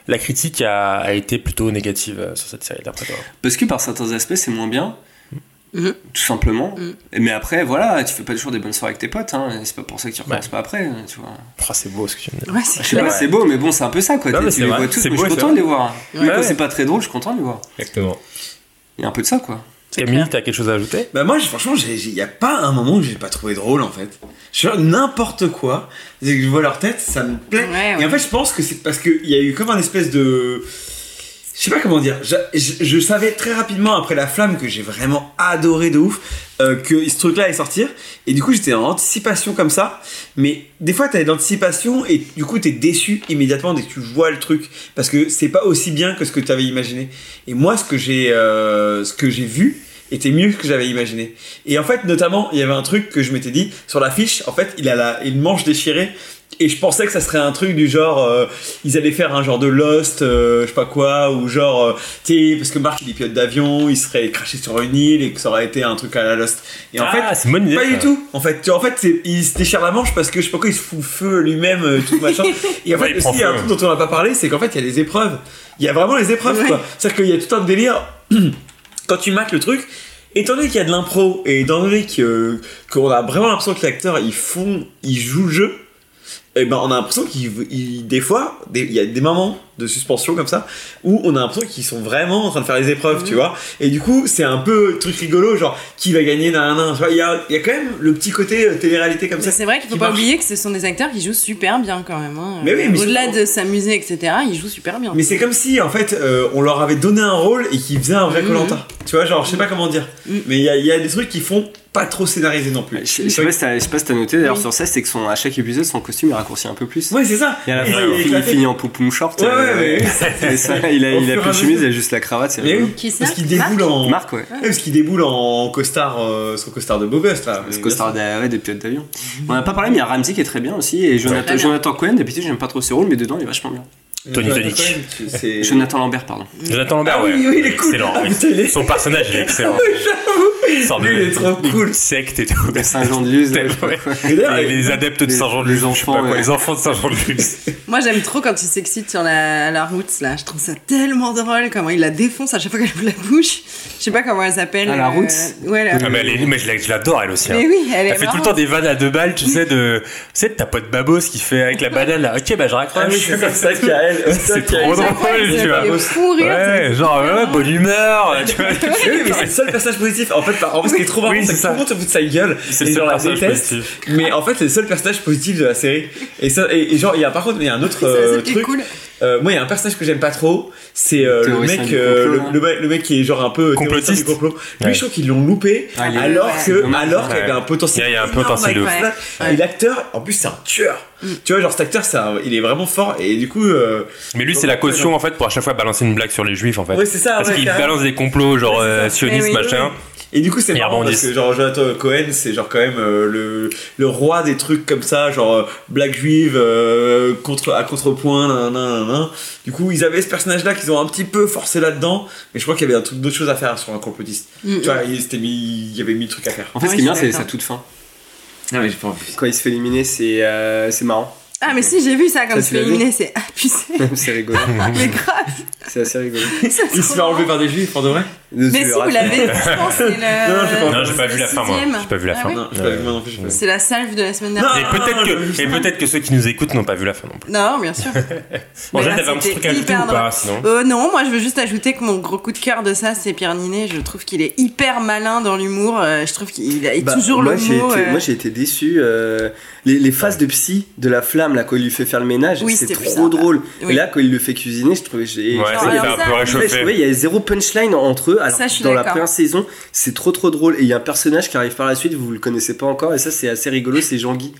la critique a, a été plutôt négative euh, sur cette série d'après toi? Parce que par certains aspects, c'est moins bien. Mmh. Tout simplement. Mmh. Mais après, voilà, tu fais pas toujours des bonnes soirées avec tes potes. Hein. C'est pas pour ça que tu recommences ouais. pas après. Tu vois. Oh, c'est beau ce que tu me dis. Ouais, c'est je sais pas, ouais. c'est beau, mais bon, c'est un peu ça quoi. Non, tu les vrai. vois tous, c'est mais beau, je suis content de les voir. Ouais, mais quand ouais. c'est pas très drôle, je suis content de les voir. Exactement. Il y a un peu de ça quoi. Camille, t'as quelque chose à ajouter? Bah moi, franchement, il y a pas un moment que j'ai pas trouvé drôle en fait. Je fais n'importe quoi, dès que je vois leur tête, ça me plaît. Ouais, ouais. Et en fait, je pense que c'est parce qu'il y a eu comme un espèce de... Je sais pas comment dire, je, je, je savais très rapidement après La Flamme que j'ai vraiment adoré de ouf euh, que ce truc là allait sortir et du coup j'étais en anticipation comme ça, mais des fois t'as de l'anticipation et du coup t'es déçu immédiatement dès que tu vois le truc parce que c'est pas aussi bien que ce que t'avais imaginé. Et moi ce que j'ai euh, ce que j'ai vu était mieux que ce que j'avais imaginé. Et en fait notamment il y avait un truc que je m'étais dit sur l'affiche, en fait il a la, une manche déchirée. Et je pensais que ça serait un truc du genre, euh, ils allaient faire un genre de Lost, euh, je sais pas quoi, ou genre, euh, tu sais, parce que Marc il est pilote d'avion, il serait craché sur une île et que ça aurait été un truc à la Lost. Et en ah, fait, c'est une bonne idée, pas ça. du tout. En fait, tu vois, en fait, c'est, il se déchire la manche parce que je sais pas quoi, il se fout feu lui-même, euh, tout machin. Et en fait, ouais, aussi, il y a un truc dont on n'a pas parlé, c'est qu'en fait, il y a les épreuves. Il y a vraiment les épreuves, ouais. quoi. C'est-à-dire qu'il y a tout un délire. Quand tu mates le truc, étant donné qu'il y a de l'impro et étant donné que, qu'on a vraiment l'impression que l'acteur, ils font, ils jouent le jeu. Et ben on a l'impression qu'il il, des fois il y a des moments de suspension comme ça où on a l'impression qu'ils sont vraiment en train de faire les épreuves, mmh. tu vois, et du coup c'est un peu truc rigolo, genre qui va gagner nan nan, tu vois, il y a il y a quand même le petit côté euh, télé-réalité comme mais ça. C'est vrai qu'il faut pas marche. oublier que ce sont des acteurs qui jouent super bien quand même hein. Mais oui, mais au-delà surtout... de s'amuser etc, ils jouent super bien. Mais c'est comme si en fait euh, on leur avait donné un rôle et qu'ils faisaient un vrai Koh-Lanta, mmh. tu vois, genre je sais pas comment dire, mmh. mais il y a il y a des trucs qui font pas trop scénarisé non plus. Je, je, sais pas si t'as, je sais pas si t'as noté d'ailleurs oui. sur ça, c'est que son, à chaque épisode son costume est raccourci un peu plus. Ouais, c'est ça. Et à la fin il, il finit en poupoum short. Ouais, euh, ouais, ouais. Et ça, il a, il a plus de chemise, il a juste la cravate. C'est mais rigolo. oui, qui parce qu'il déboule en. Marc, ouais. ouais. Parce qu'il déboule en costard, euh, son costard de beau gosse là. Ce costard de, ouais, des pilotes d'avion. On en a pas parlé, mais il y a Ramsey qui est très bien aussi et Jonathan, Jonathan Cohen. D'habitude j'aime pas trop ses rôles, mais dedans il est vachement bien. Tony Tonic. C'est... Jonathan Lambert, pardon. Jonathan Lambert, ah, ouais. Oui, oui, il est cool. Excellent. Ah, putain, il est... Son personnage il est excellent. Oui, j'avoue. Lui, il est trop cool. Secte et tout. De Saint-Jean-de-Luz. Ouais. Les, les adeptes de Saint-Jean-de-Luz. Les enfants, ouais. Les enfants de Saint-Jean-de-Luz. Moi, j'aime trop quand il s'excite sur la, la route, là. Je trouve ça tellement drôle, comment il la défonce à chaque fois qu'elle ouvre la bouche. Je sais pas comment elle s'appelle. Ah, la route euh... Ouais, la ah, mais, elle est, mais je l'adore, elle aussi. Hein. Mais oui, elle est Elle fait marrante. tout le temps des vannes à deux balles, tu sais, de. Tu sais, de ta pote Babos qui fait avec la banane là. Ok, bah je raccroche. Ah, oui, c'est ça qu'il y a elle. C'est trop drôle, tu vois. Fou rire, ouais, genre, ouais, bonne humeur, tu vois. Oui, mais c'est le seul personnage positif. En fait, en fait, ce qui est trop marrant, oui, c'est que tout le monde se fout de sa gueule. C'est le seul personnage positif. Mais en fait, c'est le seul personnage positif de la série. Et ça, et, et genre, il y a par contre, il y a un autre euh, truc. Cool. Euh, moi, il y a un personnage que j'aime pas trop. C'est euh, le mec, euh, complot, le, le, le mec qui est genre un peu complotiste. Du complot. Lui, ouais. je trouve qu'ils l'ont loupé, ah, alors ouais. que, ouais. alors qu'il y avait un potentiel. Il y a un potentiel de ouf. Et l'acteur, en plus, c'est un tueur. Mm. Tu vois, genre cet acteur, un, il est vraiment fort et du coup. Euh, mais lui, c'est la caution en fait pour à chaque fois balancer une blague sur les juifs en fait. Ouais, c'est ça. Parce ouais, qu'il carrément. balance des complots genre ouais, euh, sionistes oui, machin. Oui. Et du coup c'est marrant parce que genre Jonathan Cohen c'est genre quand même euh, le, le roi des trucs comme ça, genre euh, blague juive euh, contre, à contrepoint nan, nan, nan. Du coup ils avaient ce personnage là qu'ils ont un petit peu forcé là-dedans, mais je crois qu'il y avait un truc, d'autres choses à faire sur un complotiste. Mm-hmm. Tu vois, il, mis, il y avait mis le truc à faire. En fait ce qui est bien c'est sa toute fin. Ah mais j'ai pas envie. Quand il se fait éliminer c'est, euh, c'est marrant. Ah mais si j'ai vu ça quand il se fait éliminer, c'est abusé. C'est rigolo. Mais grave. C'est assez rigolo. Il se fait enlever par des juifs pour de vrai. Mais si vous l'avez vu, je pense c'est le. Non, j'ai pas vu la fin moi. J'ai pas vu la fin. Non, j'ai pas vu moi non plus. C'est la salve de la semaine dernière. Et peut-être que et peut-être que ceux qui nous écoutent n'ont pas vu la fin non plus. Non, bien sûr. Bon, t'avais un petit truc à ajouter ou pas sinon? Euh non, moi je veux juste ajouter que mon gros coup de cœur de ça c'est Pierre Ninet. Je trouve qu'il est hyper malin dans l'humour. Je trouve qu'il a bah, toujours moi, le j'ai mot. Été, euh... Moi j'ai été déçu. Euh, les, les phases de psy de la flamme là quand il lui fait faire le ménage, oui, c'est trop drôle. Oui. Et là quand il le fait cuisiner, je trouvais j'ai. Ouais, ça fait un peu réchauffé. Je trouvais il y a zéro punchline entre eux. Alors ça, dans la première saison, c'est trop trop drôle. Et il y a un personnage qui arrive par la suite, vous le connaissez pas encore, et ça c'est assez rigolo, c'est Jean-Guy.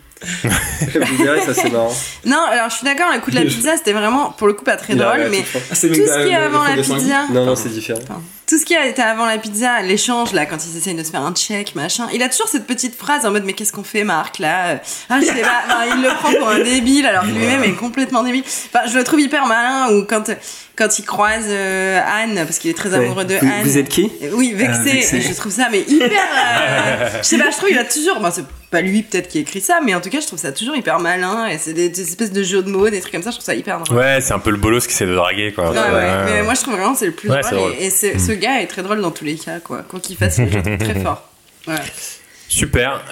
Vous verrez, ça c'est marrant. Non, alors je suis d'accord, le coup de la pizza c'était vraiment pour le coup pas très drôle, mais ah, tout ce qui est avant la pizza. Non, non, c'est différent. Enfin, tout ce qui a été avant la pizza, l'échange là, quand ils essayent de se faire un check, machin, il a toujours cette petite phrase en mode mais qu'est-ce qu'on fait, Marc là? Ah, je sais pas, enfin, il le prend pour un débile alors que lui-même est complètement débile. Enfin, je le trouve hyper malin, ou quand. Quand il croise euh, Anne, parce qu'il est très amoureux de vous, Anne. Vous êtes qui? Oui, vexé. Euh, vexé. Je trouve ça, mais hyper. Euh, je sais pas, je trouve qu'il a toujours. Bon, c'est pas lui peut-être qui écrit ça, mais en tout cas je trouve ça toujours hyper malin et c'est des, des espèces de jeux de mots, des trucs comme ça, je trouve ça hyper drôle. Ouais, c'est un peu le bolos qui essaie de draguer quoi. Ouais, ouais. ouais. Mais moi je trouve vraiment c'est le plus ouais, drôle, drôle et, et c'est, ce gars est très drôle dans tous les cas quoi, quoi qu'il fasse, je le trouve très fort. Ouais. Super.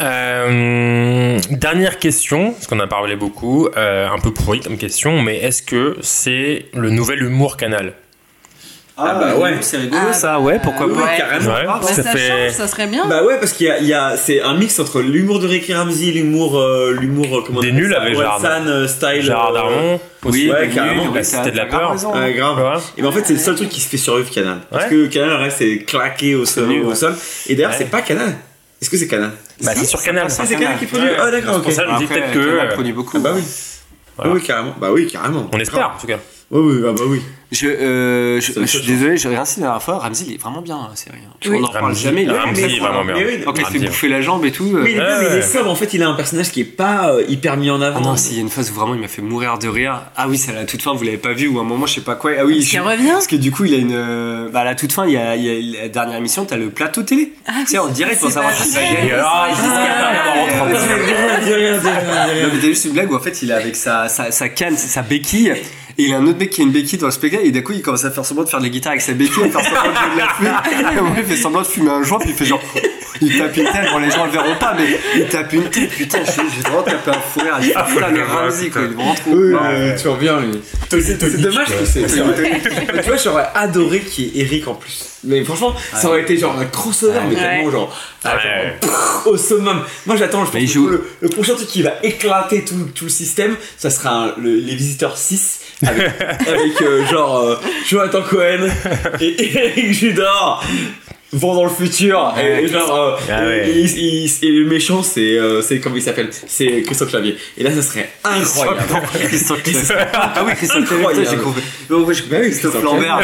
Euh, dernière question, parce qu'on a parlé beaucoup, euh, un peu pourri comme question, mais est-ce que c'est le nouvel humour Canal ? Ah, bah ouais, c'est rigolo ah, ça, ouais, pourquoi ouais. pas Ouais, carrément. Ouais, Bah, ça, ça fait... change, ça serait bien. Bah ouais, parce qu'il y a, il y a c'est un mix entre l'humour de Ricky Ramsey, l'humour, euh, l'humour euh, comment Des on appelle nuls ça, avec Orelsan, Gérard, euh, style. Gérard Darmon. Oui, ouais, Nul, carrément. oui, La Cité de la Peur. Ouais, grave. Ouais. Et ben en fait, c'est le seul truc qui se fait survivre Canal. Parce Ouais. que Canal, le reste, c'est claqué au sol. nul, au ouais. sol. Et d'ailleurs, Ouais. c'est pas Canal. Est-ce que c'est Canal? Bah, c'est sur Canal. Ah, c'est Canal qui produit. Ouais. Ah, d'accord, C'est ok. pour ça que je me dis Après, peut-être que. Canal euh, produit beaucoup. Ah bah oui. Voilà. Oui, carrément. Bah oui, carrément. On espère, en tout cas. Oui, oui, ah bah oui. Je, euh, je, C'est je la suis chose. désolé, j'ai rien dit la dernière fois. Ramsey, il est vraiment bien la série. Tu vois, Oui. on en parle Ramsey, jamais. il est- Ramsey, mais- est vraiment bien. mais oui, Donc, il se fait Ramsey. bouffer la jambe et tout. euh. Mais il est, Ouais, mais il est ouais. sobre, en fait, il a un personnage qui est pas euh, hyper mis en avant. Ah non, si, il y a une phase où vraiment il m'a fait mourir de rire. Ah oui, c'est à la toute fin, vous l'avez pas vu, ou à un moment, je sais pas quoi. Ah oui, Parce je- qu'il revient. Parce que du coup, il a une. euh, Bah, à la toute fin, il y a, il y a la dernière émission, t'as le plateau télé. Ah, Tu sais, en oui, direct pour c'est savoir pas qui ça vrai. gagne. Et alors, ils disent qu'il y a Ouais, pas ouais, Dis rien, dis rien, dis rien, dis rien. Non, mais t'as juste une blague où en fait il est avec sa, sa, sa canne, sa béquille, et il a un autre mec qui a une béquille dans le spectacle, et d'un coup il commence à faire semblant de faire des guitares avec sa béquille, à faire semblant de jouer de la flûte. Et en vrai, il fait semblant de fumer un joint, puis il fait genre. Il tape une tête, bon les gens le verront pas, mais il tape une tête, putain, j'ai j'ai vraiment tapé un fou rire. Il fait putain, le Ramsey quoi, il est vraiment trop. Oui, Non, euh, tu reviens lui. C'est c'est dommage que c'est. c'est vrai. Mais tu vois, j'aurais adoré qu'il y ait Eric en plus. Mais franchement, ça aurait été genre un crossover, mais Ouais. tellement genre, ah, genre, Ouais. pff, au summum. Moi j'attends, je pense Mais il que joue- le, le prochain truc qui va éclater tout, tout le système, ça sera un- le- les visiteurs six avec, avec euh, genre euh, Jonathan Cohen et Eric Judor. Vont dans le futur et, et genre euh, Ah ouais. et, et- et- et le méchant c'est euh, c'est comment il s'appelle, c'est Christophe Clavier, et là ça serait incroyable. Christophe Clavier. Ah oui, Christophe Clavier, Incroyable. putain, j'ai compris. Non, moi, je Bah oui, Christophe Christophe Lambert.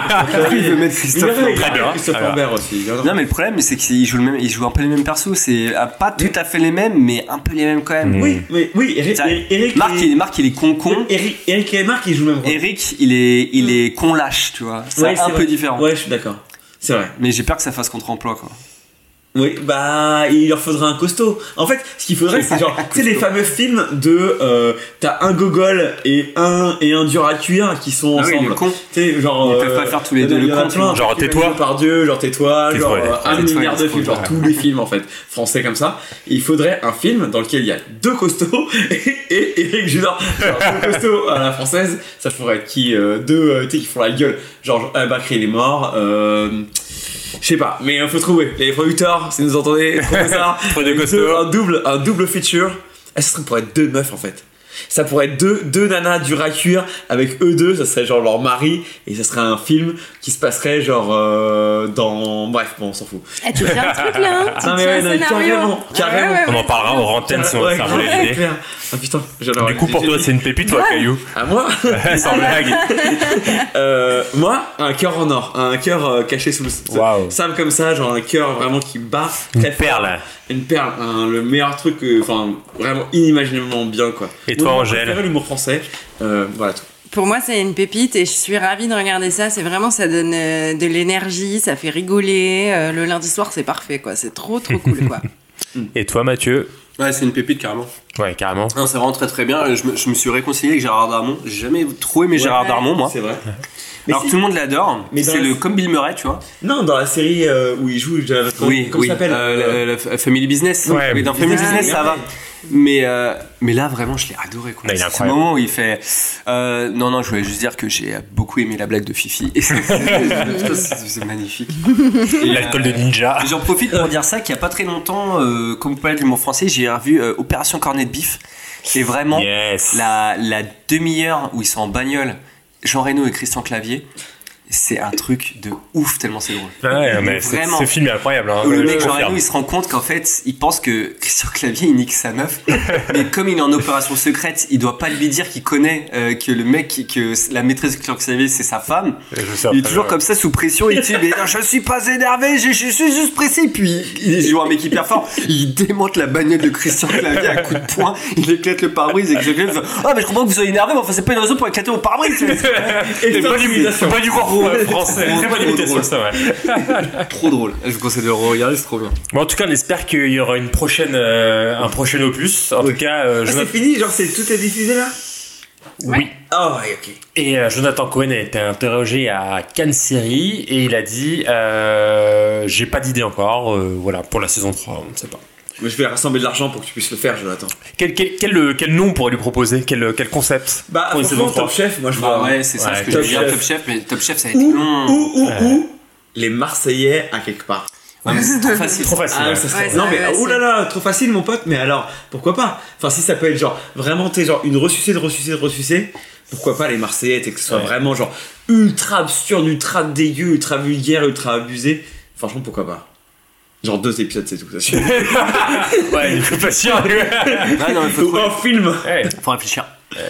Il veut mettre Il Christophe est Lambert. Très bien, Christophe très bien. Lambert aussi. Non mais le problème c'est qu'il joue le même, il joue un peu les mêmes persos, c'est ah, pas tout à fait les mêmes mais un peu les mêmes quand même. Oui, mais oui, Eric, Ça- Eric, Marc, et- il, Marc il est con con. Eric, Eric et Marc ils jouent le même rôle. Eric il est il est con lâche tu vois. C'est Ouais, un c'est peu vrai. différent. Ouais, je suis d'accord. C'est vrai. Mais j'ai peur que ça fasse contre-emploi quoi. Oui, bah il leur faudrait un costaud. En fait, ce qu'il faudrait, c'est genre, tu sais, les fameux films de euh, t'as un gogol et un et un dur à cuire qui sont Ah oui, ensemble. le con. Tu sais, genre Ils peuvent pas faire tous les deux il y le en a con, plein. genre, tais-toi. Par Dieu, genre tais-toi, Tais-toi, genre ouais. euh, un Tais-toi, milliard de tais-toi, films, genre ouais. tous les films en fait français comme ça. Et il faudrait un film dans lequel il y a deux costauds et, et Eric Judor. Genre deux costauds à la française, ça pourrait être qui euh, deux euh, tu sais qui font la gueule. Genre euh, Bakri il est mort. Euh, Je sais pas, mais il faut trouver. Les producteurs, si vous entendez, trouvez ça. Trouvez des Deux- costauds. un double, un double feature. Ah, ça serait pour être deux meufs en fait. Ça pourrait être deux, deux nanas dures à cuire avec eux deux, ça serait genre leur mari, et ça serait un film qui se passerait genre euh, dans. Bref, bon, on s'en fout. Eh, tu fais un truc là, hein. Tu Non, te mais fais ouais, un non, scénario. carrément, carrément. Ouais, ouais, On ouais. en parlera hors antenne si on veut Ouais, faire grave, voler c'est l'idée. clair. Ah putain, j'adore. Du coup, pour toi, c'est une pépite, toi, Caillou. À moi Sans blague. Euh, moi, un cœur en or, un cœur euh, caché sous le Waouh. sable comme ça, genre un cœur vraiment qui bat Une très fort. perle. Une perle, un- le meilleur truc, euh, enfin vraiment inimaginablement bien quoi. Et toi, Mon humour Angèle préféré, l'humour français, euh, voilà tout. Pour moi, c'est une pépite et je suis ravie de regarder ça. C'est vraiment, ça donne euh, de l'énergie, ça fait rigoler. Euh, le lundi soir, c'est parfait, quoi. C'est trop, trop cool, quoi. Et toi, Mathieu? Ouais, c'est une pépite carrément. Ouais, carrément. Non, c'est vraiment très très bien. Je me, je me suis réconcilié avec Gérard Darmon. J'ai jamais trop aimé Gérard Ouais, Darmon, moi. C'est vrai. Mais Alors si- tout le monde l'adore. Mais dans C'est la- le comme Bill Murray, tu vois. Non, dans la série euh, où il joue, euh, comment, Oui, comment oui. ça s'appelle Euh, la, la- la Family Business. Ouais, oui, dans Family Business, Business, oui. ça va. Mais euh, mais là vraiment, je l'ai adoré. Quoi. Non, il est C'est ce incroyable. moment où il fait. Euh, non non, je voulais juste dire que j'ai beaucoup aimé la blague de Fifi. Et c'est- Putain, c'est c'est magnifique. Et, L'alcool de ninja. J'en profite pour dire ça qu'il y a pas très longtemps, euh, comme vous parlez de l'humour français, j'ai revu euh, Opération Cornet de Bif. Et vraiment, Yes. la, la demi-heure où ils sont en bagnole, Jean Reno et Christian Clavier, c'est un truc de ouf tellement c'est drôle. Ouais, mais c'est- Vraiment. ce film est incroyable. Hein. Où le Je mec Jean confirme. Reno il se rend compte qu'en fait il pense que Christian Clavier il nique sa meuf mais comme il est en opération secrète il doit pas lui dire qu'il connaît euh, que le mec que la maîtresse de Christian Clavier c'est sa femme. Je sais Il est pas, toujours ouais. comme ça sous pression il dit mais non, je suis pas énervé je, je suis juste pressé puis il joue un mec hyper fort il démonte la bagnole de Christian Clavier à coups de poing il éclate le pare-brise et Christian Clavier fait ah mais je comprends que vous soyez énervé mais enfin c'est pas une raison pour éclater mon pare-brise. Et C'est pas du, c'est pas du gros drôle. Français. Très bonne imitation, ça, ouais. Trop drôle. Je vous conseille de le regarder, c'est trop bien. Bon, en tout cas, on espère qu'il y aura une prochaine, euh, un prochain opus. En oui. tout cas, euh, ah, Jonathan... c'est fini, genre c'est tout est diffusé là. Oui. Ah oh, ouais, ok. Et euh, Jonathan Cohen a été interrogé à Cannes Série et il a dit euh, j'ai pas d'idée encore. Euh, voilà, pour la saison trois, on ne sait pas. Mais je vais rassembler de l'argent pour que tu puisses le faire, Jonathan. Quel, quel, quel, quel nom on pourrait lui proposer, quel, quel concept bah, pour une saison trois? Top Chef, moi je bah, vois. Ouais, c'est ça ouais, ce que Top je veux dire. Top Chef, mais Top Chef ça va être ou, long. Ou, ou, ouais. ou, les Marseillais à quelque part. Ouais, mais c'est trop facile. Trop facile. Ah, ouais. ça serait... Ouais, non, ça mais va, oh là là, trop facile, mon pote, mais alors, pourquoi pas? Enfin, si ça peut être genre, vraiment, t'es genre une ressucée de ressucée de ressucée, pourquoi pas les Marseillais, que ce soit ouais. vraiment genre ultra absurde, ultra dégueu, ultra vulgaire, ultra abusé? Franchement, pourquoi pas? Genre deux épisodes, c'est tout, ça suffit. Ouais, je suis pas sûr. Ouais, non, mais faut Ou un film. Ouais. Faut réfléchir.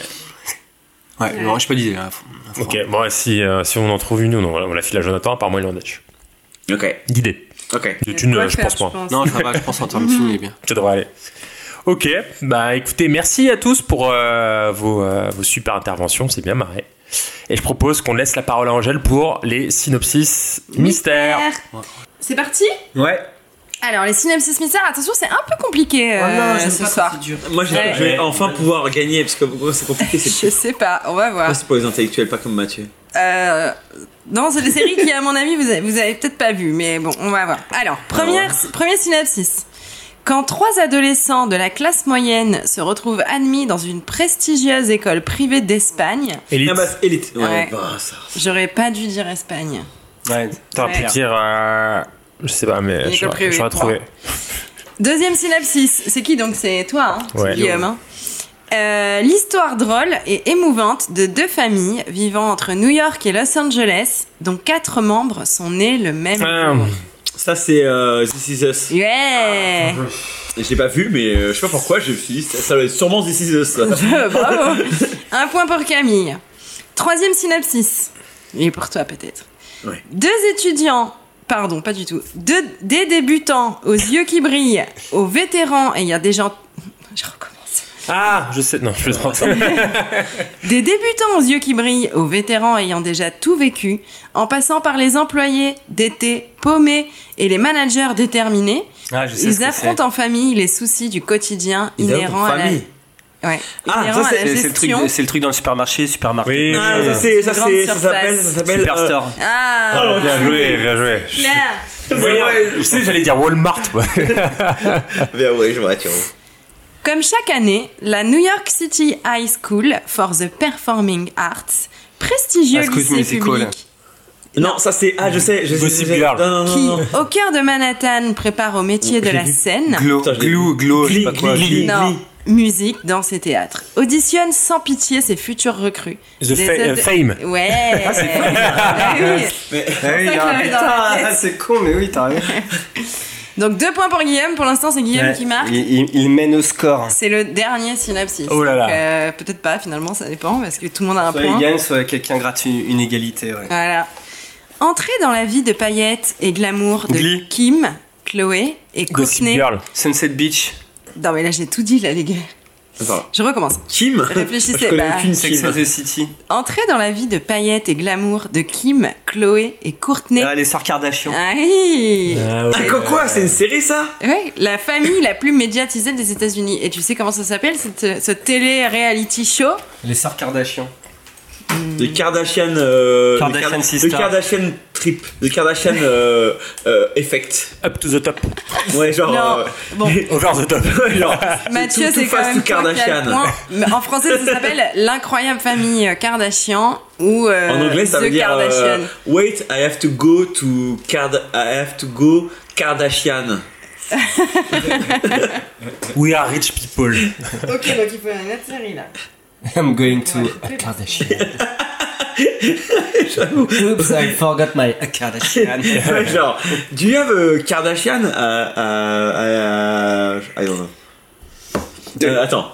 Ouais, non, j'ai pas d'idée. Hein. Faut... Ok, bon, si, euh, si on en trouve une, on, on la file à Jonathan, apparemment il en a. Ok. D'idées. Ok. De thunes, quoi je faire, pense pas. je pense. Non, ça va, je pense en termes de film, il est bien. Ça devrait aller. Ok, bah écoutez, merci à tous pour euh, vos, euh, vos super interventions, c'est bien marré. Et je propose qu'on laisse la parole à Angèle pour les synopsis mystères. Mystère. C'est parti? Ouais. Alors, les synopsis mystères, attention, c'est un peu compliqué euh, oh non, ce soir. Moi, je, Ouais. je vais enfin pouvoir gagner, parce que pourquoi c'est compliqué, c'est Je sais pas, on va voir. Moi, c'est pour les intellectuels, pas comme Mathieu. Euh, non, c'est des séries qui, à mon avis, vous avez, vous avez peut-être pas vu, mais bon, on va voir. Alors, première, Alors. premier synopsis. Quand trois adolescents de la classe moyenne se retrouvent admis dans une prestigieuse école privée d'Espagne... Élite. Ah bah, élite. Ouais, Ouais. bah, ça. J'aurais pas dû dire Espagne. Ouais. T'aurais pu Ouais. dire... Euh, je sais pas, mais École je privée, j'aurais trouvé. Deuxième synopsis. C'est qui donc? C'est toi, hein? Ouais. C'est Guillaume, hein? Euh, l'histoire drôle et émouvante de deux familles vivant entre New York et Los Angeles, dont quatre membres sont nés le même Ah. jour. Ça, c'est euh, This Is Us. Yeah! Je l'ai pas vu, mais euh, je sais pas pourquoi, je me suis dit, ça, ça doit être sûrement This Is Us. ça. Bravo! Un point pour Camille. Troisième synopsis. Et pour toi, peut-être. Ouais. Deux étudiants, pardon, pas du tout. Deux, des débutants aux yeux qui brillent, aux vétérans ayant déjà. Je recommence. Ah, je sais, non, je plaisante. Des débutants aux yeux qui brillent, aux vétérans ayant déjà tout vécu, en passant par les employés d'été paumés et les managers déterminés, Ah, je sais ce ils que affrontent en famille les soucis du quotidien Ils inhérents affrontent à la, famille. ouais, Ah, inhérents ça, à la c'est. C'est le, truc, gestion. c'est le truc dans le supermarché, supermarché. Oui, Ah, oui, ça, oui. c'est, ça, Grande c'est, ça surface. s'appelle, ça s'appelle. Superstore. Ah, Bien joué, bien joué. Claire. Ouais, ouais, je sais, j'allais dire Walmart. Ouais. Euh, ouais, je vois, tu vois. Comme chaque année, la New York City High School for the Performing Arts, prestigieux High School lycée Musical. public Non, ça c'est. Ah, je sais, je sais. Gossip je sais. Girl. Non, non, non, qui, non. au cœur de Manhattan, prépare au métier de la scène, Glow, Putain, je l'ai glou, vu. glow, je sais pas Glee, quoi. Glee, Glee. non, musique, danse et théâtre, auditionne sans pitié ses futurs recrues. The Des fa- ad- euh, Fame. Ouais. Ah oui. Mais, Ah oui, ça que ah, j'avais dans la putain, tête. c'est con, mais oui, t'as raison. Donc deux points pour Guillaume. Pour l'instant, c'est Guillaume Ouais, qui marque. Il, il- il mène au score. C'est le dernier synopsis. Oh là là. Donc, euh, peut-être pas, finalement, ça dépend, parce que tout le monde a un Soit point. il gagne, soit quelqu'un gratte une, une égalité. Ouais. Voilà. Entrée dans la vie de paillettes et glamour de Glee. Kim, Chloé et Gossip Courtney. Girl. Sunset Beach, Non, mais là, j'ai tout dit, là, les gars. Attends. Je recommence. Kim Réfléchissez, Je connais bah. aucune Sex Kim. and the City. Entrée dans la vie de paillettes et glamour de Kim, Chloé et Courtney. Ah, les sœurs Kardashian. Ah oui. Ah, Ah, quoi, quoi C'est une série ça? Ouais, la famille la plus médiatisée des États-Unis. Et tu sais comment ça s'appelle, cette, ce télé-reality show? Les sœurs Kardashian. Le Kardashian. Euh, Kardashian le, Kar- Sister. le Kardashian Trip. Le Kardashian euh, euh, Effect. Up to the top. Ouais, genre. Non, euh, bon. Over the top. ouais, genre. Mathieu, tout- c'est tout quand face même to toi qui as le Kardashian. point. Mais en français, ça s'appelle l'incroyable famille Kardashian ou euh, En anglais, ça The veut dire. Kardashian. euh, Wait, I have to go to Card. I have to go Kardashian. We are rich people. Ok, donc il faut une autre série là. I'm going to a Kardashian. Oops, I forgot my Kardashian. Ouais, genre, do you have a Kardashian? Uh, uh, uh, I don't know. Euh, attends.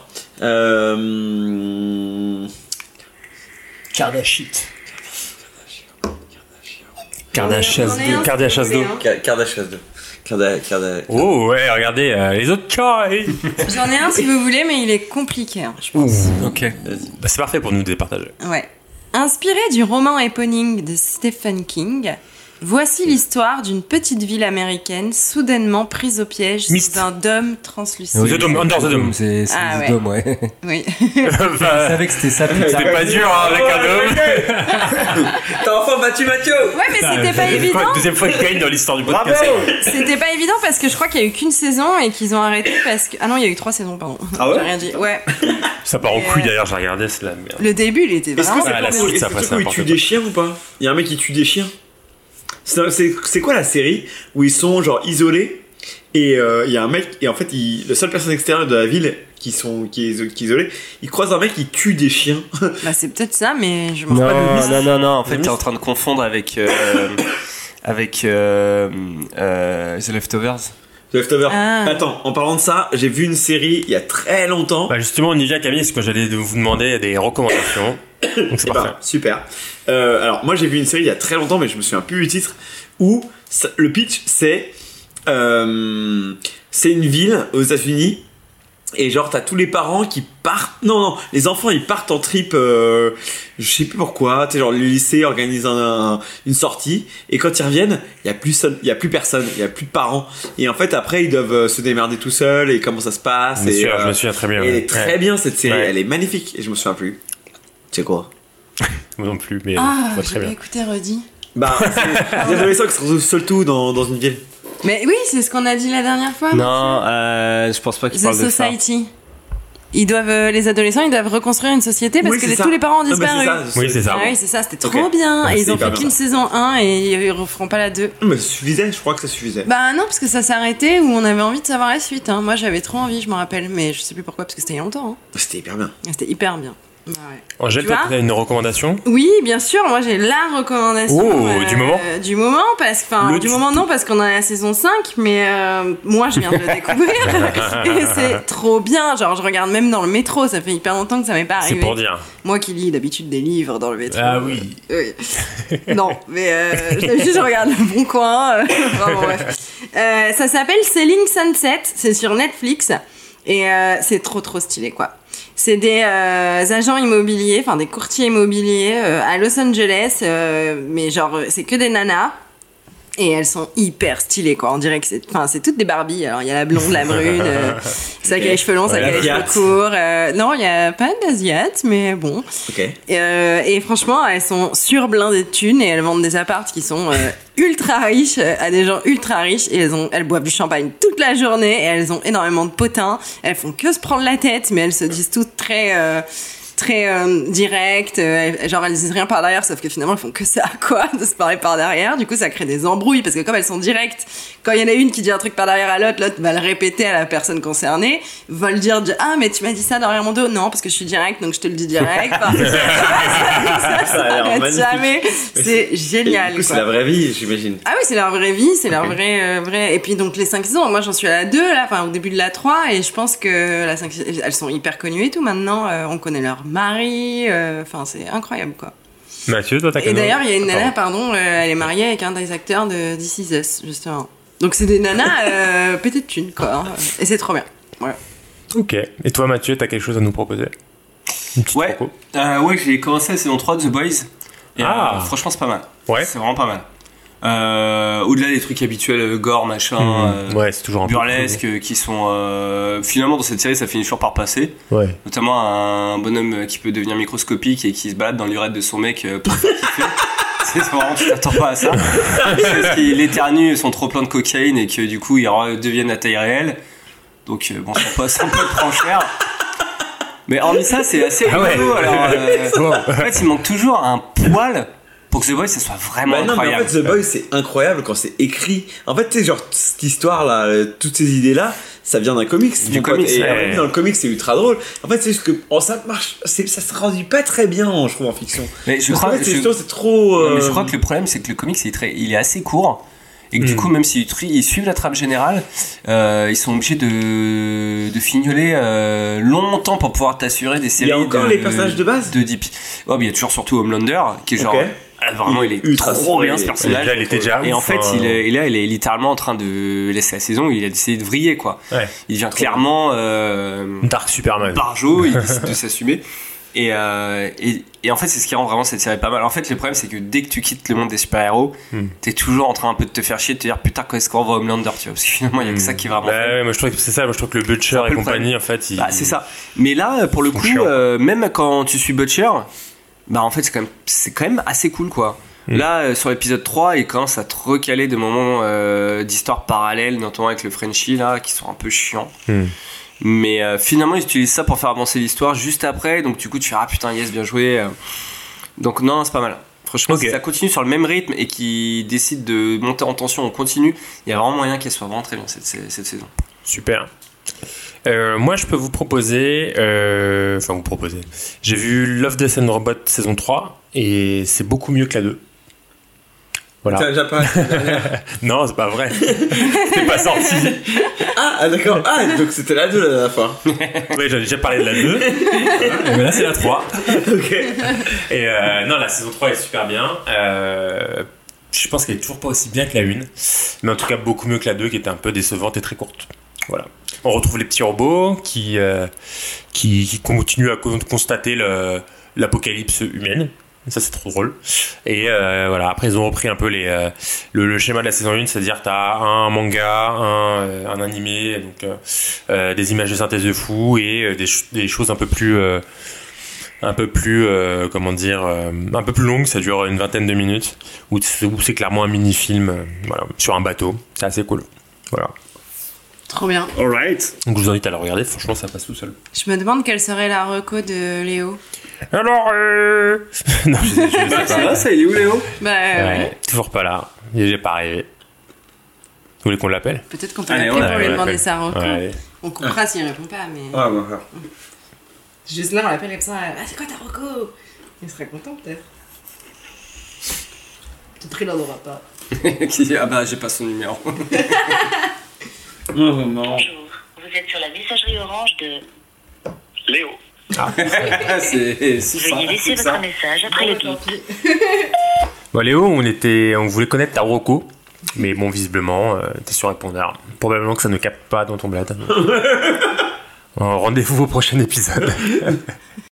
Euh... Kardashian. Kardashian J'en ai un, deux. Kardashian si vous deux. voulez, hein. Ka- Kardashian. Karda, Karda... Oh ouais, regardez, euh, les autres choix. J'en ai un si vous voulez, mais il est compliqué, hein, je pense. Ok. Bah, c'est parfait pour nous de les partager. Ouais. Inspiré du roman éponyme de Stephen King, voici l'histoire d'une petite ville américaine soudainement prise au piège Mist. sous un dôme translucide. The Dome, Under the Dome. C'est, c'est Ah The ouais. Dome, ouais. Oui. Je savais que c'était ça, putain. C'était pas dur hein, avec un dôme. T'as enfin battu Mathieu. Ouais, mais c'était pas évident. Quoi, deuxième fois qu'il gagne dans l'histoire du podcast. C'était pas évident parce que je crois qu'il y a eu qu'une saison et qu'ils ont arrêté parce que. Ah non, il y a eu trois saisons, pardon. Ah ouais J'ai rien dit. Ouais. Ça part en Et, couille euh, d'ailleurs, j'ai regardé, c'est la merde. Le début, il était Est-ce vraiment. que c'est Ah, la pas suite, est-ce ça que passe c'est quoi, il n'importe tue quoi. des chiens ou pas? Il y a un mec qui tue des chiens. C'est, c'est, c'est quoi la série où ils sont genre isolés et il euh, y a un mec et en fait il, la seule personne extérieure de la ville qui sont qui est, qui est isolée, il croise un mec qui tue des chiens. Bah, c'est peut-être ça, mais je m'en Non, rappelle pas. non, non, non, en fait, Le t'es en Mist. train de confondre avec. euh, avec. Euh, euh, The Leftovers. The Leftovers. Ah. Attends, en parlant de ça, j'ai vu une série il y a très longtemps. Bah justement, on y vient Camille, c'est que j'allais vous demander des recommandations. Donc c'est Eh parfait. ben, super. Euh, alors moi j'ai vu une série il y a très longtemps, mais je me souviens plus du titre. Où ça- le pitch c'est euh, c'est une ville aux États-Unis et genre t'as tous les parents qui partent. Non non, les enfants ils partent en trip. Euh, je sais plus pourquoi. Tu sais genre le lycée organise un, un- une sortie et quand ils reviennent, il y a plus seul- il y a plus personne, il y a plus de parents. Et en fait après ils doivent euh, se démerder tout seuls et comment ça se passe. Je me et, souviens, euh, je me souviens très bien. et elle ouais. est très Ouais. bien cette série. Ouais. Elle est magnifique et je me souviens plus. C'est quoi? Moi non plus, mais euh, Ah, je vois très j'ai bien. pas écouté redit. Bah, c'est des adolescents qui se retrouvent seuls tout dans, dans une ville. Mais oui, c'est ce qu'on a dit la dernière fois. Non, euh, je pense pas qu'il The parle de ça. Society. Ils doivent, euh, les adolescents, ils doivent reconstruire une société parce Oui, que c'est les- ça. tous les parents ont Ah, bah, disparu. c'est ça, Oui, c'est ça. Ah oui, c'est ça, c'était Ok. trop bien. Ouais, et ils c'est ont hyper fait bien, qu'une ça. saison un et ils referont pas la deux. Mais ça suffisait, je crois que ça suffisait. Bah non, parce que ça s'est arrêté où on avait envie de savoir la suite. Hein. Moi, j'avais trop envie, je me rappelle, mais je sais plus pourquoi, parce que c'était il y a longtemps. Hein. C'était hyper bien. Et c'était hyper bien. Ouais, ouais. Angèle, Tu toi, vois t'as une recommandation? Oui, bien sûr, moi j'ai la recommandation. Oh, du moment Du moment, parce que. Enfin, Le du tu- moment non, parce qu'on a la saison cinq, mais euh, moi je viens de le découvrir. et c'est trop bien. Genre, je regarde même dans le métro, ça fait hyper longtemps que ça m'est pas C'est arrivé. pour dire. Moi qui lis d'habitude des livres dans le métro. Ah oui. Oui. Non, mais euh, d'habitude je regarde le bon coin. euh, vraiment, bref. Euh, ça s'appelle Selling Sunset, c'est sur Netflix. Et euh, c'est trop trop stylé quoi. C'est des euh, agents immobiliers, enfin des courtiers immobiliers euh, à Los Angeles, euh, mais genre euh, c'est que des nanas. Et elles sont hyper stylées quoi. On dirait que c'est, enfin c'est toutes des Barbies. Alors il y a la blonde, la brune, euh, celle qui a les cheveux longs, celle qui a les cheveux l'Asiate. courts. euh, non, il y a pas d'asiate, mais bon. Ok. Et, euh, et franchement, elles sont surblindées de thunes et elles vendent des apparts qui sont euh, ultra riches euh, à des gens ultra riches et elles ont, elles boivent du champagne toute la journée et elles ont énormément de potins. Elles font que se prendre la tête, mais elles se disent toutes très euh, très euh, directes. Euh, elles- genre elles disent rien par derrière, sauf que finalement elles font que ça quoi, de se parler par derrière. Du coup, ça crée des embrouilles parce que comme elles sont directes, quand il y en a une qui dit un truc par derrière à l'autre, l'autre va le répéter à la personne concernée, va le dire ah mais tu m'as dit ça derrière mon dos, non parce que je suis direct donc je te le dis direct. Enfin, ça, ça, Ça a l'air s'arrête magnifique. jamais. C'est Et génial. du coup, c'est quoi. la vraie vie, j'imagine. Ah oui, c'est leur vraie vie, c'est leur Ok. vrai, euh, vrai. Et puis donc les cinq saisons, moi j'en suis à la deux là, enfin au début de la trois, et je pense que la cinq, elles sont hyper connues et tout maintenant. euh, on connaît leur mari, euh, enfin c'est incroyable quoi. Mathieu, toi, t'as Et quel d'ailleurs, il y a une Ah, nana, pardon, euh, elle est mariée avec un des acteurs de This Is Us justement. Donc c'est des nanas euh, pétées de thunes quoi, hein. Et c'est trop bien. Voilà. Ok. Et toi, Mathieu, t'as quelque chose à nous proposer? Une petite Ouais, proco. euh, ouais, j'ai commencé la saison trois de The Boys. Et Ah. euh, franchement, c'est pas mal. Ouais. C'est vraiment pas mal. Euh, au-delà des trucs habituels, euh, gore, machin, euh, Mmh. Ouais, c'est toujours un peu burlesque, euh, qui sont euh, finalement dans cette série, ça finit toujours par passer. cool. Ouais. Notamment un bonhomme euh, qui peut devenir microscopique et qui se balade dans l'urètre de son mec euh, pour faire kiffer. C'est vraiment, tu t'attends pas à ça. C'est parce qu'il éternue son trop plein de cocaïne et que du coup ils redeviennent à taille réelle. Donc euh, bon, ça passe un peu de prend cher. Mais hormis ça, c'est assez Ah ouais. rigolo. Alors, euh, Bon. en fait, il manque toujours un poil pour que The Boys ça soit vraiment Bah non, mais en incroyable. fait, The Boys, c'est incroyable quand c'est écrit. En fait, tu sais, genre, cette histoire-là, euh, toutes ces idées-là, ça vient d'un comics. Du mon pote. comics, Et ouais. en fait, dans le comics, c'est ultra drôle. En fait, c'est juste que oh, ça marche, c'est, ça se traduit pas très bien, je trouve, en fiction. Mais je Parce crois qu'en fait, je- c'est, justement, c'est trop. Non, mais euh, je crois que le problème, c'est que le comics, il est, très, il est assez court. Et que du Mm. coup, même s'ils tri- ils suivent la trame générale, euh, ils sont obligés de, de fignoler euh, longtemps pour pouvoir t'assurer des séries. Il y a encore de, les personnages de base de dix. Oh, mais il y a toujours surtout Homelander, qui est genre. Ok. ah, vraiment, il est Ultra trop bien stylé. ce personnage. Déjà, il était déjà Et en ouf, fait, hein. il est, et là, il est littéralement en train de laisser la saison. Il a décidé de vriller, quoi. Ouais. Il devient clairement euh, Dark Superman. barjo. Il décide de s'assumer. Et, euh, et, et en fait, c'est ce qui rend vraiment cette série pas mal. En fait, le problème, c'est que dès que tu quittes le monde des super-héros, mm. t'es toujours en train un peu de te faire chier, de te dire putain, quand est-ce qu'on va Homelander, tu vois, parce que finalement, il y a que ça qui est vraiment. Bah ouais, moi je trouve que c'est ça, moi je trouve que le Butcher et compagnie, en fait, ils... bah, c'est ça. Mais là, pour le coup, euh, même quand tu suis Butcher, bah en fait, c'est quand même, c'est quand même assez cool, quoi. Mm. Là, euh, sur l'épisode trois, il commence à te recaler des moments euh, d'histoires parallèles, notamment avec le Frenchie, là, qui sont un peu chiants. Mm. Mais euh, finalement ils utilisent ça pour faire avancer l'histoire juste après, donc du coup tu fais ah putain yes bien joué, donc non c'est pas mal franchement. Okay. Si ça continue sur le même rythme et qu'ils décident de monter en tension en continu, il y a vraiment moyen qu'elle soit vraiment très bien cette, cette saison. Super. Euh, moi je peux vous proposer euh, enfin vous proposer j'ai vu Love, Death and Robot saison trois et c'est beaucoup mieux que la deux. Voilà. T'as déjà pas non, c'est pas vrai. C'est pas sorti. Ah, ah d'accord. Ah, donc c'était la deux la dernière fois. Oui, j'avais déjà parlé de la deux. Mais là, c'est la trois. Ok. Et euh, non, la saison trois est super bien. Euh, je pense qu'elle est toujours pas aussi bien que la une. Mais en tout cas, beaucoup mieux que la deux qui était un peu décevante et très courte. Voilà. On retrouve les petits robots qui, euh, qui, qui continuent à constater le, l'apocalypse humaine. Ça c'est trop drôle. Et euh, voilà, après ils ont repris un peu les, euh, le, le schéma de la saison un, c'est-à-dire t'as un manga, un, euh, un animé, donc euh, euh, des images de synthèse de fou et euh, des, des choses un peu plus euh, un peu plus euh, comment dire euh, un peu plus longues, ça dure une vingtaine de minutes où c'est, où c'est clairement un mini-film euh, voilà, sur un bateau, c'est assez cool. Voilà. Trop bien. Alright. Donc je vous invite à le regarder, franchement ça passe tout seul. Je me demande quelle serait la reco de Léo. Alors euh... non, je, je, je bah, ça va, ça, il est où Léo? Bah ouais. ouais. Toujours pas là. J'ai pas arrivé. Vous voulez qu'on l'appelle? Peut-être qu'on peut Allez, l'appeler pour lui demander sa reco. Ouais, on coupera s'il répond pas, mais. Ah ouais, ouais. Juste là, on l'appelle comme ça. Ah, c'est quoi ta reco? Il serait content peut-être. Peut-être il en aura pas. Ah bah j'ai pas son numéro. Non, non, non. Bonjour, vous êtes sur la messagerie orange de Léo. Ah. c'est, c'est Veuillez ça, laisser c'est votre ça. message après le bip. Bon Léo, on était, on voulait connaître ta reco, mais bon visiblement, euh, t'es sur répondeur. Probablement que ça ne capte pas dans ton blad. Rendez-vous au prochain épisode.